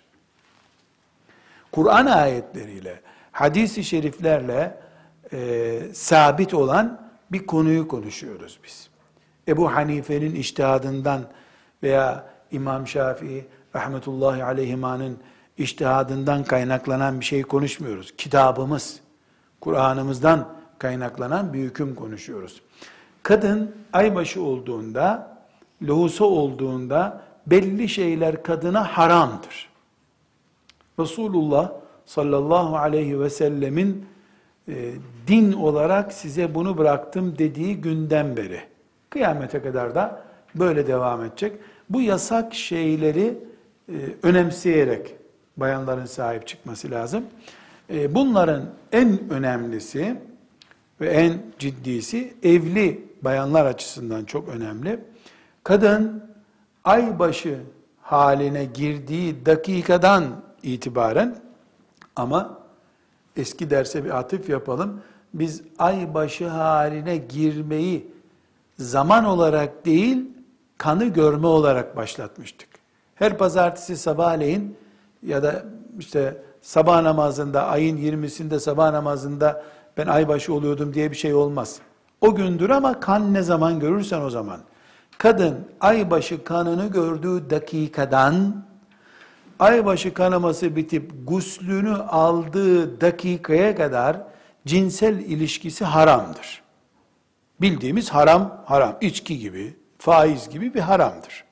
Kur'an ayetleriyle, hadis-i şeriflerle e, sabit olan bir konuyu konuşuyoruz biz. Ebu Hanife'nin içtihadından veya İmam Şafii rahmetullahi aleyhimanın içtihadından kaynaklanan bir şey konuşmuyoruz. Kitabımız, Kur'an'ımızdan kaynaklanan bir hüküm konuşuyoruz. Kadın aybaşı olduğunda, lohusa olduğunda belli şeyler kadına haramdır. Resulullah sallallahu aleyhi ve sellemin e, din olarak size bunu bıraktım dediği günden beri, kıyamete kadar da böyle devam edecek. Bu yasak şeyleri e, önemseyerek bayanların sahip çıkması lazım. E, bunların en önemlisi ve en ciddisi evli bayanlar açısından çok önemli. Kadın aybaşı haline girdiği dakikadan itibaren, ama eski derse bir atıf yapalım. Biz aybaşı haline girmeyi zaman olarak değil, kanı görme olarak başlatmıştık. Her pazartesi sabahleyin ya da işte sabah namazında, ayın yirmisinde sabah namazında ben aybaşı oluyordum diye bir şey olmaz. O gündür ama kan ne zaman görürsen o zaman. Kadın aybaşı kanını gördüğü dakikadan, aybaşı kanaması bitip guslünü aldığı dakikaya kadar cinsel ilişkisi haramdır. Bildiğimiz haram, haram. İçki gibi, faiz gibi bir haramdır.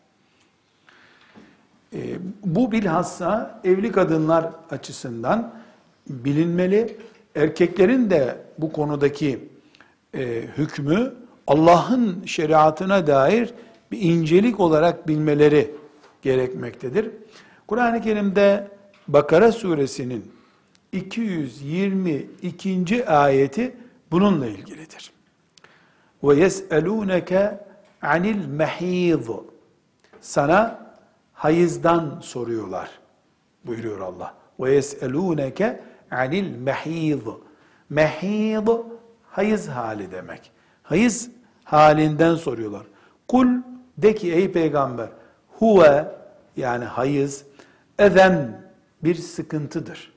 E, bu bilhassa evli kadınlar açısından bilinmeli. Erkeklerin de bu konudaki e, hükmü Allah'ın şeriatına dair bir incelik olarak bilmeleri gerekmektedir. Kur'an-ı Kerim'de Bakara suresinin iki yüz yirmi ikinci ayeti bununla ilgilidir. Ve yes'elûneke anil mehîz. Sana hayızdan soruyorlar buyuruyor Allah. Ve yes'elûneke anil mehîz. Mehîz hayız hali demek. Hayız halinden soruyorlar. Kul, de ki ey peygamber, huve yani hayız ezen bir sıkıntıdır.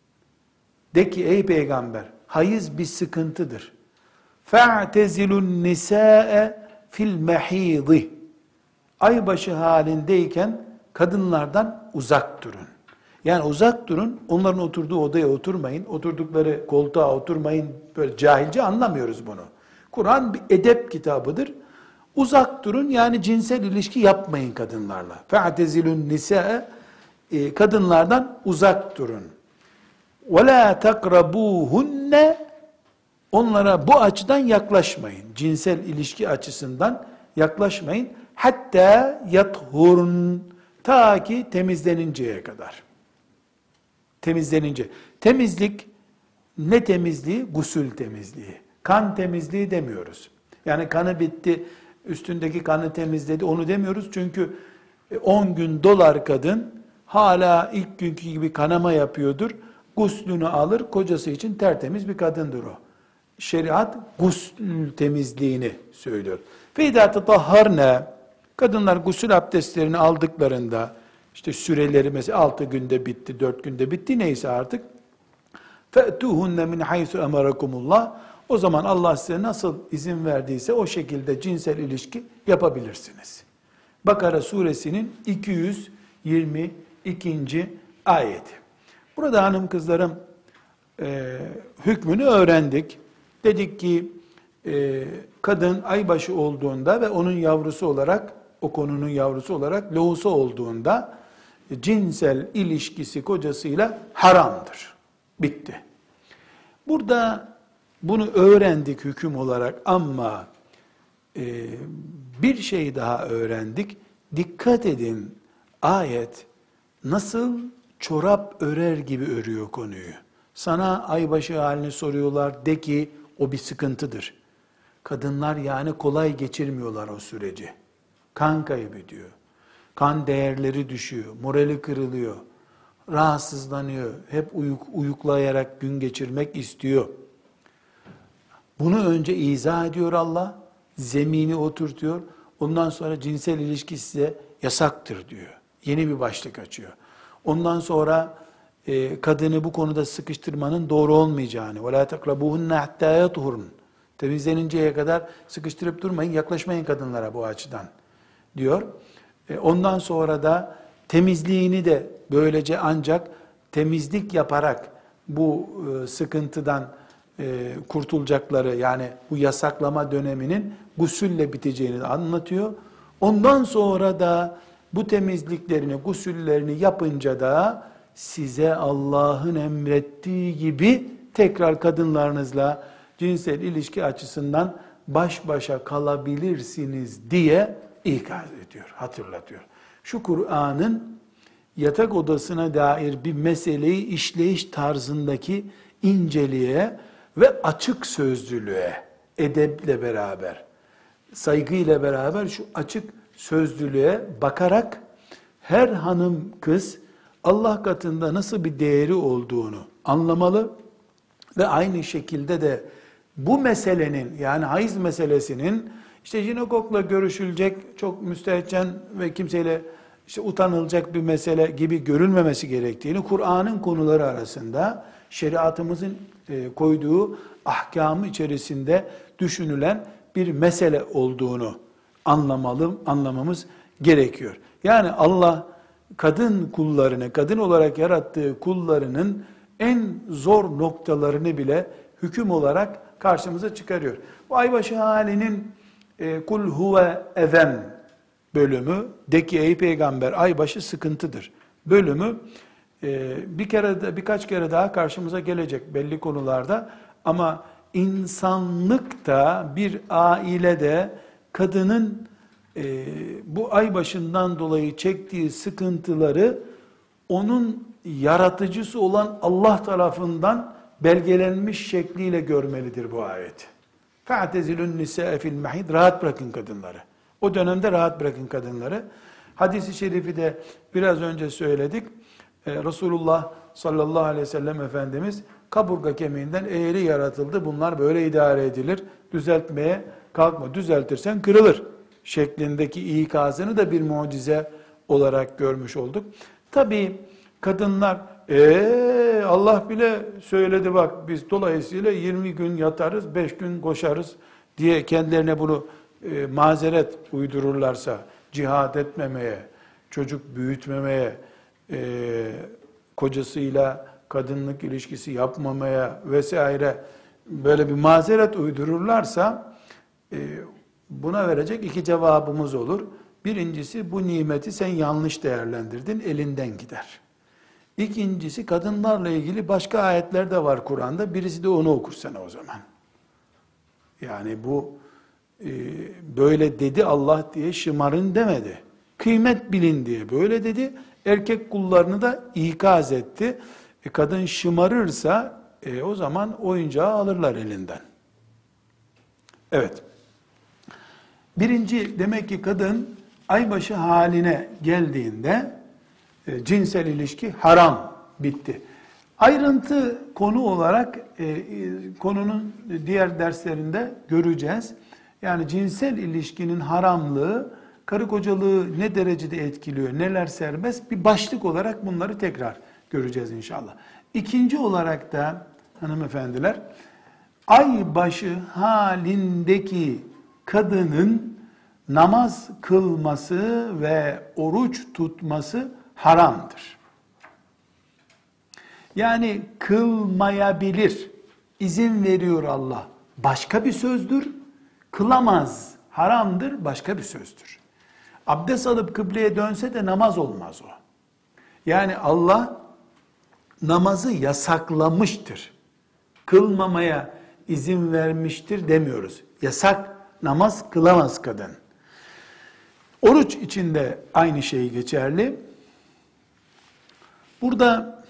De ki ey peygamber, hayız bir sıkıntıdır. Fe'tezilun nisa'e fil mehîzi. Aybaşı halindeyken kadınlardan uzak durun. Yani uzak durun, onların oturduğu odaya oturmayın, oturdukları koltuğa oturmayın, böyle cahilce anlamıyoruz bunu. Kur'an bir edep kitabıdır. Uzak durun, yani cinsel ilişki yapmayın kadınlarla. فَاَعْتَزِلُ النِّسَاءَ Kadınlardan uzak durun. وَلَا تَقْرَبُوهُنَّ Onlara bu açıdan yaklaşmayın. Cinsel ilişki açısından yaklaşmayın. Hatta yathurun, ta ki temizleninceye kadar. Temizlenince. Temizlik ne temizliği? Gusül temizliği. Kan temizliği demiyoruz. Yani kanı bitti, üstündeki kanı temizledi, onu demiyoruz. Çünkü on gün dolar kadın, hala ilk günkü gibi kanama yapıyordur. Guslünü alır, kocası için tertemiz bir kadındır o. Şeriat gusül temizliğini söylüyor. فَاِذَا تَطَهَّرْنَا Kadınlar gusül abdestlerini aldıklarında, işte süreleri mesela altı günde bitti, dört günde bitti neyse artık. فَأْتُوهُنَّ مِنْ حَيْثُ اَمَرَكُمُ اللّٰهِ O zaman Allah size nasıl izin verdiyse o şekilde cinsel ilişki yapabilirsiniz. Bakara suresinin iki yüz yirmi ikinci ayeti. Burada hanım kızlarım e, hükmünü öğrendik. Dedik ki e, kadın aybaşı olduğunda ve onun yavrusu olarak, o konunun yavrusu olarak lohusa olduğunda e, cinsel ilişkisi kocasıyla haramdır. Bitti. Burada bunu öğrendik hüküm olarak ama e, bir şey daha öğrendik. Dikkat edin, ayet nasıl çorap örer gibi örüyor konuyu. Sana aybaşı halini soruyorlar, de ki o bir sıkıntıdır. Kadınlar yani kolay geçirmiyorlar o süreci. Kan kaybediyor. Kan değerleri düşüyor, morali kırılıyor, rahatsızlanıyor, hep uyuk, uyuklayarak gün geçirmek istiyor. Bunu önce izah ediyor Allah, zemini oturtuyor, ondan sonra cinsel ilişki size yasaktır diyor. Yeni bir başlık açıyor. Ondan sonra e, kadını bu konuda sıkıştırmanın doğru olmayacağını, وَلَا تَقْرَبُوهُنَّ حَتَّى يَطْهُرْنَ temizleninceye kadar sıkıştırıp durmayın, yaklaşmayın kadınlara bu açıdan diyor. E, ondan sonra da temizliğini de böylece ancak temizlik yaparak bu e, sıkıntıdan e, kurtulacakları, yani bu yasaklama döneminin gusülle biteceğini anlatıyor. Ondan sonra da bu temizliklerini, gusüllerini yapınca da size Allah'ın emrettiği gibi tekrar kadınlarınızla cinsel ilişki açısından baş başa kalabilirsiniz diye ikaz ediyor, hatırlatıyor. Şu Kur'an'ın yatak odasına dair bir meseleyi işleyiş tarzındaki inceliğe ve açık sözlülüğe, edeple beraber, saygıyla beraber şu açık sözlülüğe bakarak her hanım kız Allah katında nasıl bir değeri olduğunu anlamalı ve aynı şekilde de bu meselenin, yani hayız meselesinin işte jinekokla görüşülecek, çok müstehcen ve kimseyle işte utanılacak bir mesele gibi görülmemesi gerektiğini, Kur'an'ın konuları arasında şeriatımızın koyduğu ahkamı içerisinde düşünülen bir mesele olduğunu anlamalı, anlamamız gerekiyor. Yani Allah kadın kullarını, kadın olarak yarattığı kullarının en zor noktalarını bile hüküm olarak karşımıza çıkarıyor. Bu aybaşı halinin e, kul huve ezen bölümü, de ki ey peygamber aybaşı sıkıntıdır bölümü e, bir kere de, birkaç kere daha karşımıza gelecek belli konularda, ama insanlıkta bir ailede kadının e, bu aybaşından dolayı çektiği sıkıntıları onun yaratıcısı olan Allah tarafından belgelenmiş şekliyle görmelidir bu ayet. فَاَعْتَزِلُ النِّسَاءَ فِي الْمَحِيدِ Rahat bırakın kadınları. O dönemde rahat bırakın kadınları. Hadis-i şerifi de biraz önce söyledik. Ee, Resulullah sallallahu aleyhi ve sellem Efendimiz kaburga kemiğinden eğri yaratıldı. Bunlar böyle idare edilir. Düzeltmeye kalkma. Düzeltirsen kırılır şeklindeki ikazını da bir mucize olarak görmüş olduk. Tabii kadınlar ee, Allah bile söyledi bak biz dolayısıyla yirmi gün yatarız, beş gün koşarız diye kendilerine bunu e, mazeret uydururlarsa, cihad etmemeye, çocuk büyütmemeye, e, kocasıyla kadınlık ilişkisi yapmamaya vesaire böyle bir mazeret uydururlarsa e, buna verecek iki cevabımız olur. Birincisi, bu nimeti sen yanlış değerlendirdin, elinden gider. İkincisi, kadınlarla ilgili başka ayetler de var Kur'an'da. Birisi de onu okursana o zaman. Yani bu e, böyle dedi Allah diye şımarın demedi. Kıymet bilin diye böyle dedi. Erkek kullarını da ikaz etti. E, kadın şımarırsa e, o zaman oyuncağı alırlar elinden. Evet. Birinci, demek ki kadın aybaşı haline geldiğinde e, cinsel ilişki haram, bitti. Ayrıntı konu olarak e, e, konunun diğer derslerinde göreceğiz. Yani cinsel ilişkinin haramlığı karı kocalığı ne derecede etkiliyor, neler serbest, bir başlık olarak bunları tekrar göreceğiz inşallah. İkinci olarak da hanımefendiler, aybaşı halindeki kadının namaz kılması ve oruç tutması haramdır. Yani kılmayabilir, izin veriyor Allah. Başka bir sözdür. Kılamaz, haramdır, başka bir sözdür. Abdest alıp kıbleye dönse de namaz olmaz o. Yani Allah namazı yasaklamıştır. Kılmamaya izin vermiştir demiyoruz. Yasak, namaz kılamaz kadın. Oruç içinde aynı şey geçerli. Burada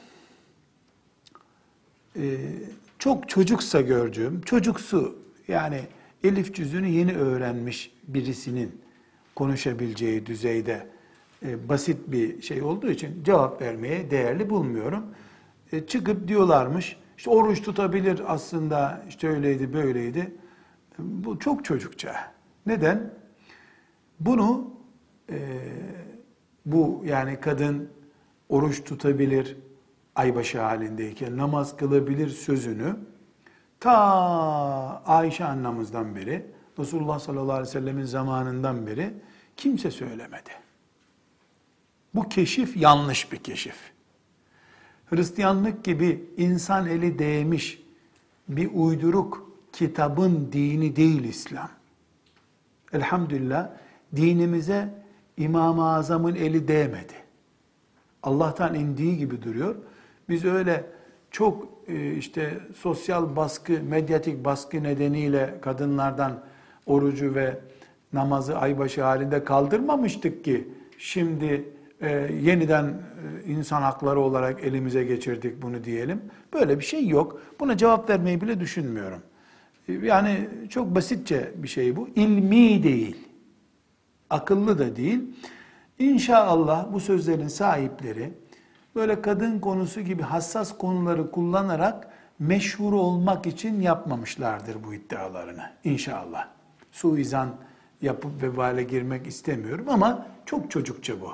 e, çok çocuksa gördüğüm, çocuksu yani elif cüzünü yeni öğrenmiş birisinin konuşabileceği düzeyde e, basit bir şey olduğu için cevap vermeye değerli bulmuyorum. E, çıkıp diyorlarmış, işte oruç tutabilir aslında, işte öyleydi böyleydi. E, bu çok çocukça. Neden? Bunu e, bu yani kadın oruç tutabilir, aybaşı halindeyken namaz kılabilir sözünü ta Ayşe annemizden beri, Resulullah sallallahu aleyhi ve sellemin zamanından beri kimse söylemedi. Bu keşif yanlış bir keşif. Hristiyanlık gibi insan eli değmiş bir uyduruk kitabın dini değil İslam. Elhamdülillah dinimize İmam-ı Azam'ın eli değmedi. Allah'tan indiği gibi duruyor. Biz öyle çok işte sosyal baskı, medyatik baskı nedeniyle kadınlardan orucu ve namazı aybaşı halinde kaldırmamıştık ki şimdi e, yeniden e, insan hakları olarak elimize geçirdik bunu diyelim. Böyle bir şey yok. Buna cevap vermeyi bile düşünmüyorum. Yani çok basitçe bir şey bu. İlmi değil. Akıllı da değil. İnşallah bu sözlerin sahipleri böyle kadın konusu gibi hassas konuları kullanarak meşhur olmak için yapmamışlardır bu iddialarını. İnşallah. Suizan yapıp vebale girmek istemiyorum ama çok çocukça bu.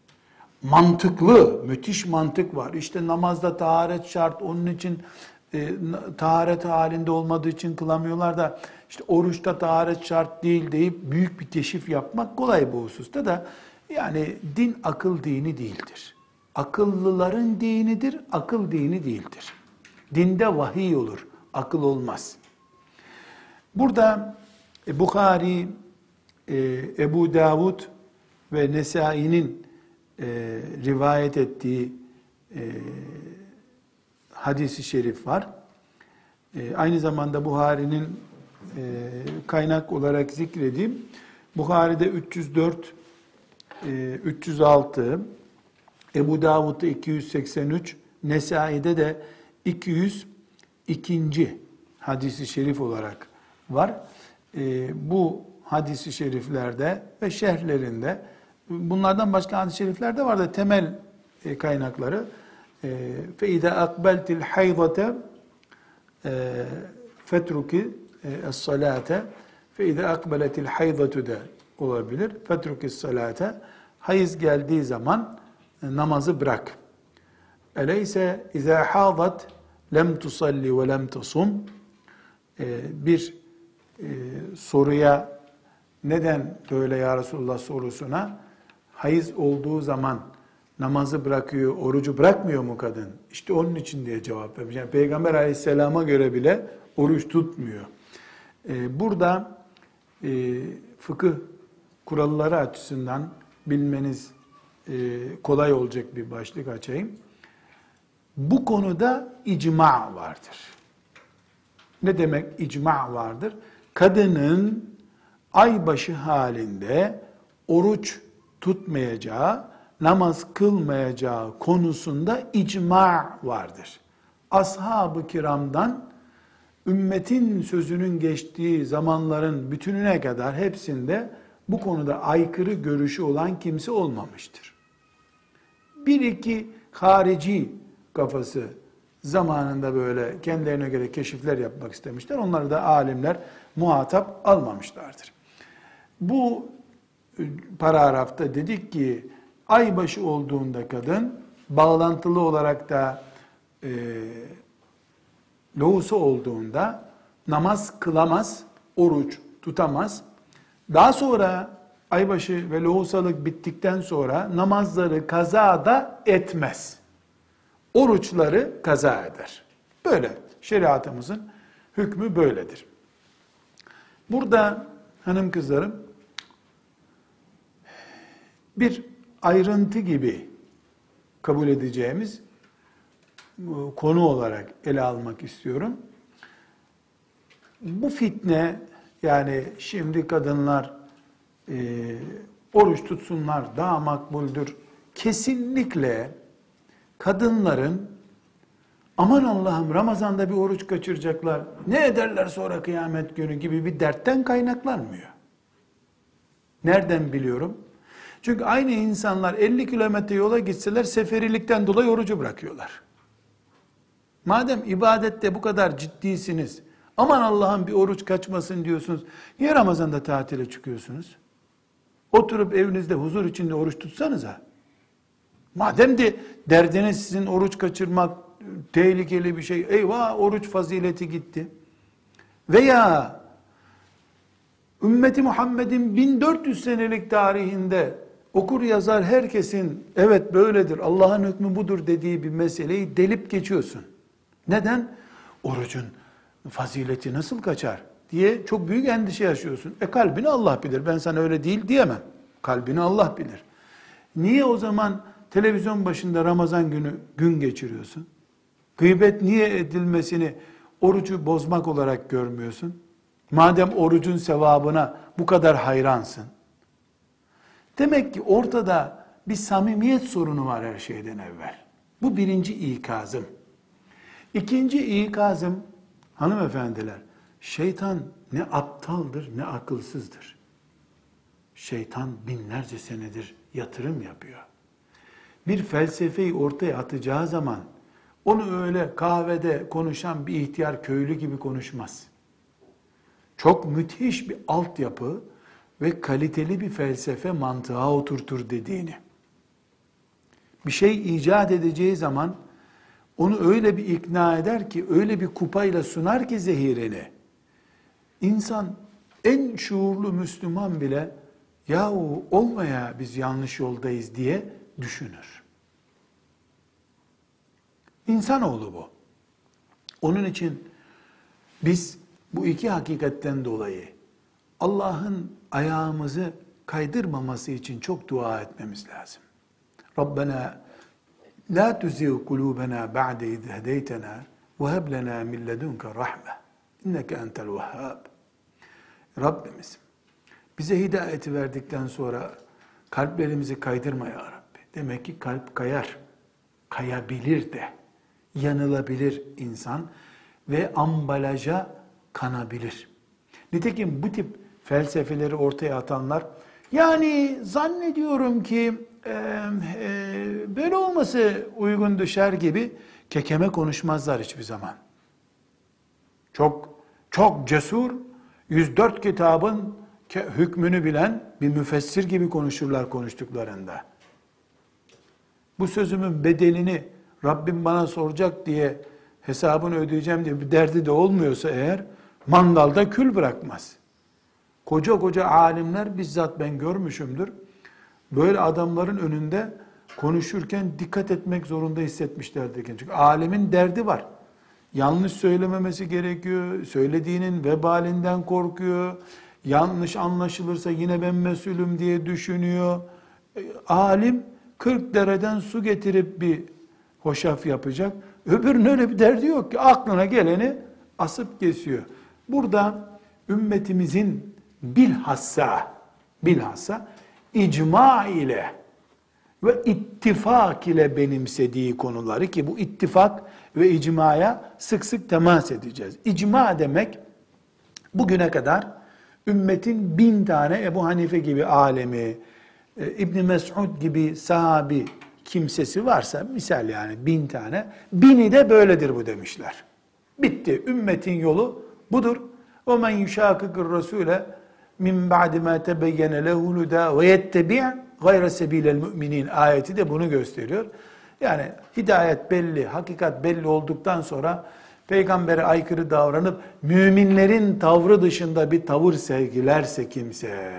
Mantıklı, müthiş mantık var. İşte namazda taharet şart, onun için e, taharet halinde olmadığı için kılamıyorlar da işte oruçta taharet şart değil deyip büyük bir keşif yapmak kolay bu hususta da yani din akıl dini değildir. Akıllıların dinidir, akıl dini değildir. Dinde vahiy olur, akıl olmaz. Burada e, Bukhari, e, Ebu Davud ve Nesai'nin e, rivayet ettiği e, hadis-i şerif var. E, aynı zamanda Buhari'nin e, kaynak olarak zikredeyim. Buhari'de üç yüz dört, e, üç yüz altı, Ebu Davud'da iki yüz seksen üç, Nesai'de de iki yüz iki. hadis-i şerif olarak var. E, bu hadis-i şeriflerde ve şerhlerinde, bunlardan başka hadis-i şerifler de var da temel e, kaynakları فَاِذَا أَقْبَلْتِ الْحَيْضَةَ فَتْرُكِ الصَّلَاةَ فَاِذَا أَقْبَلَتِ الْحَيْضَةُ da olabilir. فَتْرُكِ الصَّلَاةَ Hayız geldiği zaman namazı bırak. اَلَيْسَ اِذَا حَاضَتْ لَمْ تُصَلِّ وَلَمْ تَصُمْ Bir e, soruya neden böyle ya Resulullah sorusuna hayız olduğu zaman namazı bırakıyor, orucu bırakmıyor mu kadın? İşte onun için diye cevap vermiş. Yani Peygamber aleyhisselama göre bile oruç tutmuyor. Ee, burada e, fıkıh kuralları açısından bilmeniz e, kolay olacak bir başlık açayım. Bu konuda icma vardır. Ne demek icma vardır? Kadının aybaşı halinde oruç tutmayacağı, namaz kılmayacağı konusunda icma vardır. Ashab-ı kiramdan ümmetin sözünün geçtiği zamanların bütününe kadar hepsinde bu konuda aykırı görüşü olan kimse olmamıştır. Bir iki harici kafası zamanında böyle kendilerine göre keşifler yapmak istemişler. Onları da alimler muhatap almamışlardır. Bu paragrafta dedik ki aybaşı olduğunda kadın bağlantılı olarak da e, lohusa olduğunda namaz kılamaz, oruç tutamaz. Daha sonra aybaşı ve lohusalık bittikten sonra namazları kaza da etmez. Oruçları kaza eder. Böyle şeriatımızın hükmü böyledir. Burada hanım kızlarım bir ayrıntı gibi kabul edeceğimiz konu olarak ele almak istiyorum. Bu fitne, yani şimdi kadınlar e, oruç tutsunlar daha makbuldür, kesinlikle kadınların aman Allah'ım Ramazan'da bir oruç kaçıracaklar, ne ederler sonra kıyamet günü gibi bir dertten kaynaklanmıyor. Nereden biliyorum? Çünkü aynı insanlar elli kilometre yola gitseler seferilikten dolayı orucu bırakıyorlar. Madem ibadette bu kadar ciddisiniz, aman Allah'ım bir oruç kaçmasın diyorsunuz, niye Ramazan'da tatile çıkıyorsunuz? Oturup evinizde huzur içinde oruç tutsanıza. Madem de derdiniz sizin oruç kaçırmak tehlikeli bir şey, eyvah oruç fazileti gitti. Veya ümmeti Muhammed'in bin dört yüz senelik tarihinde okur yazar herkesin evet böyledir, Allah'ın hükmü budur dediği bir meseleyi delip geçiyorsun. Neden? Orucun fazileti nasıl kaçar diye çok büyük endişe yaşıyorsun. E kalbini Allah bilir, ben sana öyle değil diyemem. Kalbini Allah bilir. Niye o zaman televizyon başında Ramazan günü gün geçiriyorsun? Gıybet niye edilmesini orucu bozmak olarak görmüyorsun? Madem orucun sevabına bu kadar hayransın. Demek ki ortada bir samimiyet sorunu var her şeyden evvel. Bu birinci ikazım. İkinci ikazım, hanımefendiler, şeytan ne aptaldır ne akılsızdır. Şeytan binlerce senedir yatırım yapıyor. Bir felsefeyi ortaya atacağı zaman onu öyle kahvede konuşan bir ihtiyar köylü gibi konuşmaz. Çok müthiş bir altyapı ve kaliteli bir felsefe mantığa oturtur dediğini. Bir şey icat edeceği zaman onu öyle bir ikna eder ki, öyle bir kupayla sunar ki zehirini, İnsan en şuurlu Müslüman bile yahu olmaya biz yanlış yoldayız diye düşünür. İnsanoğlu bu. Onun için biz bu iki hakikatten dolayı Allah'ın ayağımızı kaydırmaması için çok dua etmemiz lazım. Rabbena la tuzigh kulubena ba'de iz hedeytena ve heb lena min ledunke rahme inneke entel vehhab. Rabbimiz bize hidayeti verdikten sonra kalplerimizi kaydırma ya Rabbi. Demek ki kalp kayar, kayabilir de, yanılabilir insan ve ambalaja kanabilir. Nitekim bu tip felsefeleri ortaya atanlar, yani zannediyorum ki e, e, böyle olması uygun düşer gibi kekeme konuşmazlar hiçbir zaman. Çok çok cesur, yüz dört kitabın hükmünü bilen bir müfessir gibi konuşurlar konuştuklarında. Bu sözümün bedelini Rabbim bana soracak diye hesabını ödeyeceğim diye bir derdi de olmuyorsa eğer, mandalda kül bırakmaz. Koca koca alimler, bizzat ben görmüşümdür, böyle adamların önünde konuşurken dikkat etmek zorunda hissetmişlerdir. Çünkü alimin derdi var. Yanlış söylememesi gerekiyor, söylediğinin vebalinden korkuyor, yanlış anlaşılırsa yine ben mesulüm diye düşünüyor. Alim kırk dereden su getirip bir hoşaf yapacak. Öbürünün öyle bir derdi yok ki, aklına geleni asıp kesiyor. Burada ümmetimizin bilhassa, bilhassa icma ile ve ittifak ile benimsediği konuları, ki bu ittifak ve icmaya sık sık temas edeceğiz. İcma demek, bugüne kadar ümmetin bin tane Ebu Hanife gibi alemi, İbn Mes'ud gibi sahabi kimsesi varsa, misal yani bin tane, bini de böyledir bu demişler. Bitti. Ümmetin yolu budur. وَمَنْ يُشَاكِكُ الرَّسُولَ min ba'di ma tebeyyene lehul huda ve yettebi' gayre sebilel müminin ayeti de bunu gösteriyor. Yani hidayet belli, hakikat belli olduktan sonra peygambere aykırı davranıp müminlerin tavrı dışında bir tavır sergilerse kimse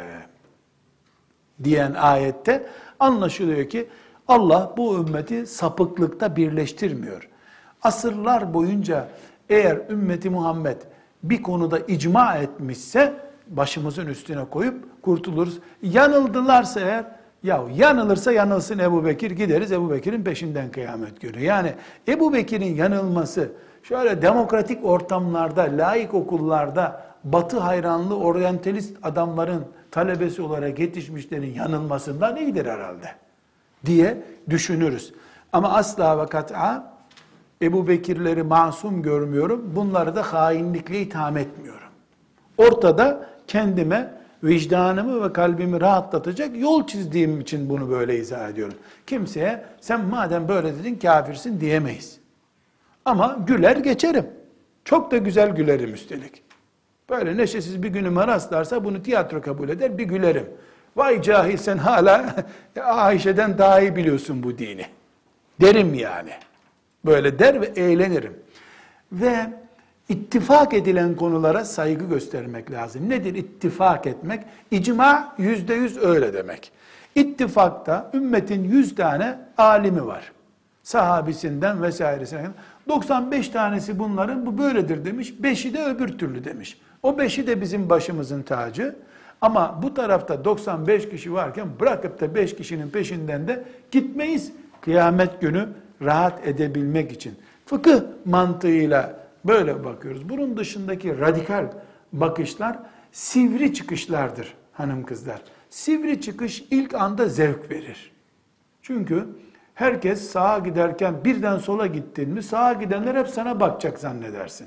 diyen ayette anlaşılıyor ki Allah bu ümmeti sapıklıkta birleştirmiyor. Asırlar boyunca eğer ümmeti Muhammed bir konuda icma etmişse başımızın üstüne koyup kurtuluruz. Yanıldılarsa eğer, ya yanılırsa yanılsın Ebu Bekir, gideriz Ebu Bekir'in peşinden kıyamet günü. Yani Ebu Bekir'in yanılması şöyle demokratik ortamlarda, laik okullarda Batı hayranlı oryantalist adamların talebesi olarak yetişmişlerin yanılmasından iyidir herhalde diye düşünürüz. Ama asla ve kat'a Ebu Bekirleri masum görmüyorum. Bunları da hainlikle itham etmiyorum. Ortada kendime vicdanımı ve kalbimi rahatlatacak yol çizdiğim için bunu böyle izah ediyorum. Kimseye sen madem böyle dedin kafirsin diyemeyiz. Ama güler geçerim. Çok da güzel gülerim üstelik. Böyle neşesiz bir günüme rastlarsa bunu tiyatro kabul eder, bir gülerim. Vay cahil, sen hala Ayşe'den daha iyi biliyorsun bu dini derim yani. Böyle der ve eğlenirim. Ve ittifak edilen konulara saygı göstermek lazım. Nedir ittifak etmek? İcma yüzde yüz öyle demek. İttifakta ümmetin yüz tane alimi var. Sahabisinden vesairesinden. doksan beş tanesi bunların bu böyledir demiş. beşi de öbür türlü demiş. O beşi de bizim başımızın tacı. Ama bu tarafta doksan beş kişi varken bırakıp da beş kişinin peşinden de gitmeyiz. Kıyamet günü rahat edebilmek için. Fıkıh mantığıyla böyle bakıyoruz. Bunun dışındaki radikal bakışlar sivri çıkışlardır hanım kızlar. Sivri çıkış ilk anda zevk verir. Çünkü herkes sağa giderken birden sola gittin mi sağa gidenler hep sana bakacak zannedersin.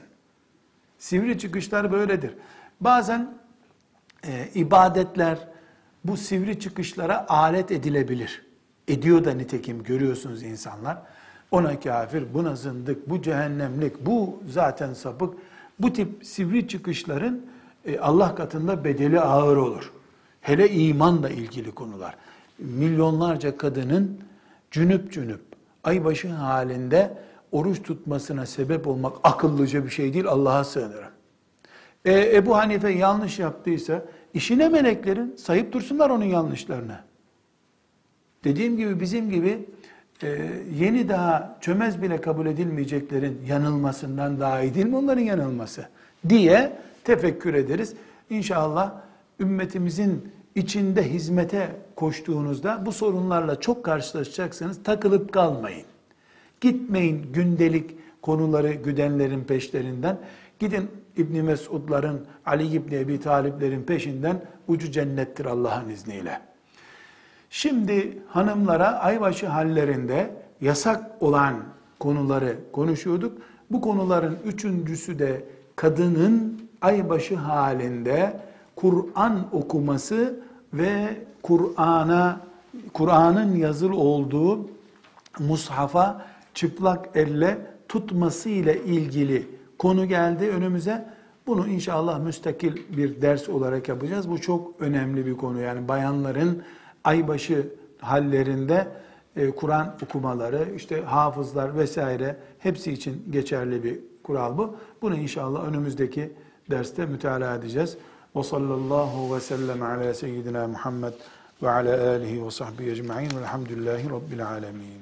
Sivri çıkışlar böyledir. Bazen e, ibadetler bu sivri çıkışlara alet edilebilir. Ediyor da nitekim görüyorsunuz insanlar. Ona kafir, buna zındık, bu cehennemlik, bu zaten sapık. Bu tip sivri çıkışların e, Allah katında bedeli ağır olur. Hele imanla ilgili konular. Milyonlarca kadının cünüp cünüp, aybaşı halinde oruç tutmasına sebep olmak akıllıca bir şey değil, Allah'a sığınırım. E, Ebu Hanife yanlış yaptıysa, işine meleklerin sayıp dursunlar onun yanlışlarını. Dediğim gibi bizim gibi e, yeni daha çömez bile kabul edilmeyeceklerin yanılmasından daha iyi değil mi onların yanılması diye tefekkür ederiz. İnşallah ümmetimizin içinde hizmete koştuğunuzda bu sorunlarla çok karşılaşacaksınız. Takılıp kalmayın. Gitmeyin gündelik konuları güdenlerin peşlerinden. Gidin İbn Mesud'ların, Ali İbni Ebi Talib'lerin peşinden, ucu cennettir Allah'ın izniyle. Şimdi hanımlara aybaşı hallerinde yasak olan konuları konuşuyorduk. Bu konuların üçüncüsü de kadının aybaşı halinde Kur'an okuması ve Kur'an'a Kur'an'ın yazılı olduğu mushafa çıplak elle tutması ile ilgili konu geldi önümüze. Bunu inşallah müstakil bir ders olarak yapacağız. Bu çok önemli bir konu. Yani bayanların aybaşı hallerinde e, Kur'an okumaları, işte hafızlar vesaire hepsi için geçerli bir kural bu. Bunu inşallah önümüzdeki derste mütalaa edeceğiz. Ve sallallahu ve sellem ala seyyidina Muhammed ve ala alihi ve sahbihi ecma'in velhamdülillahi rabbil alemin.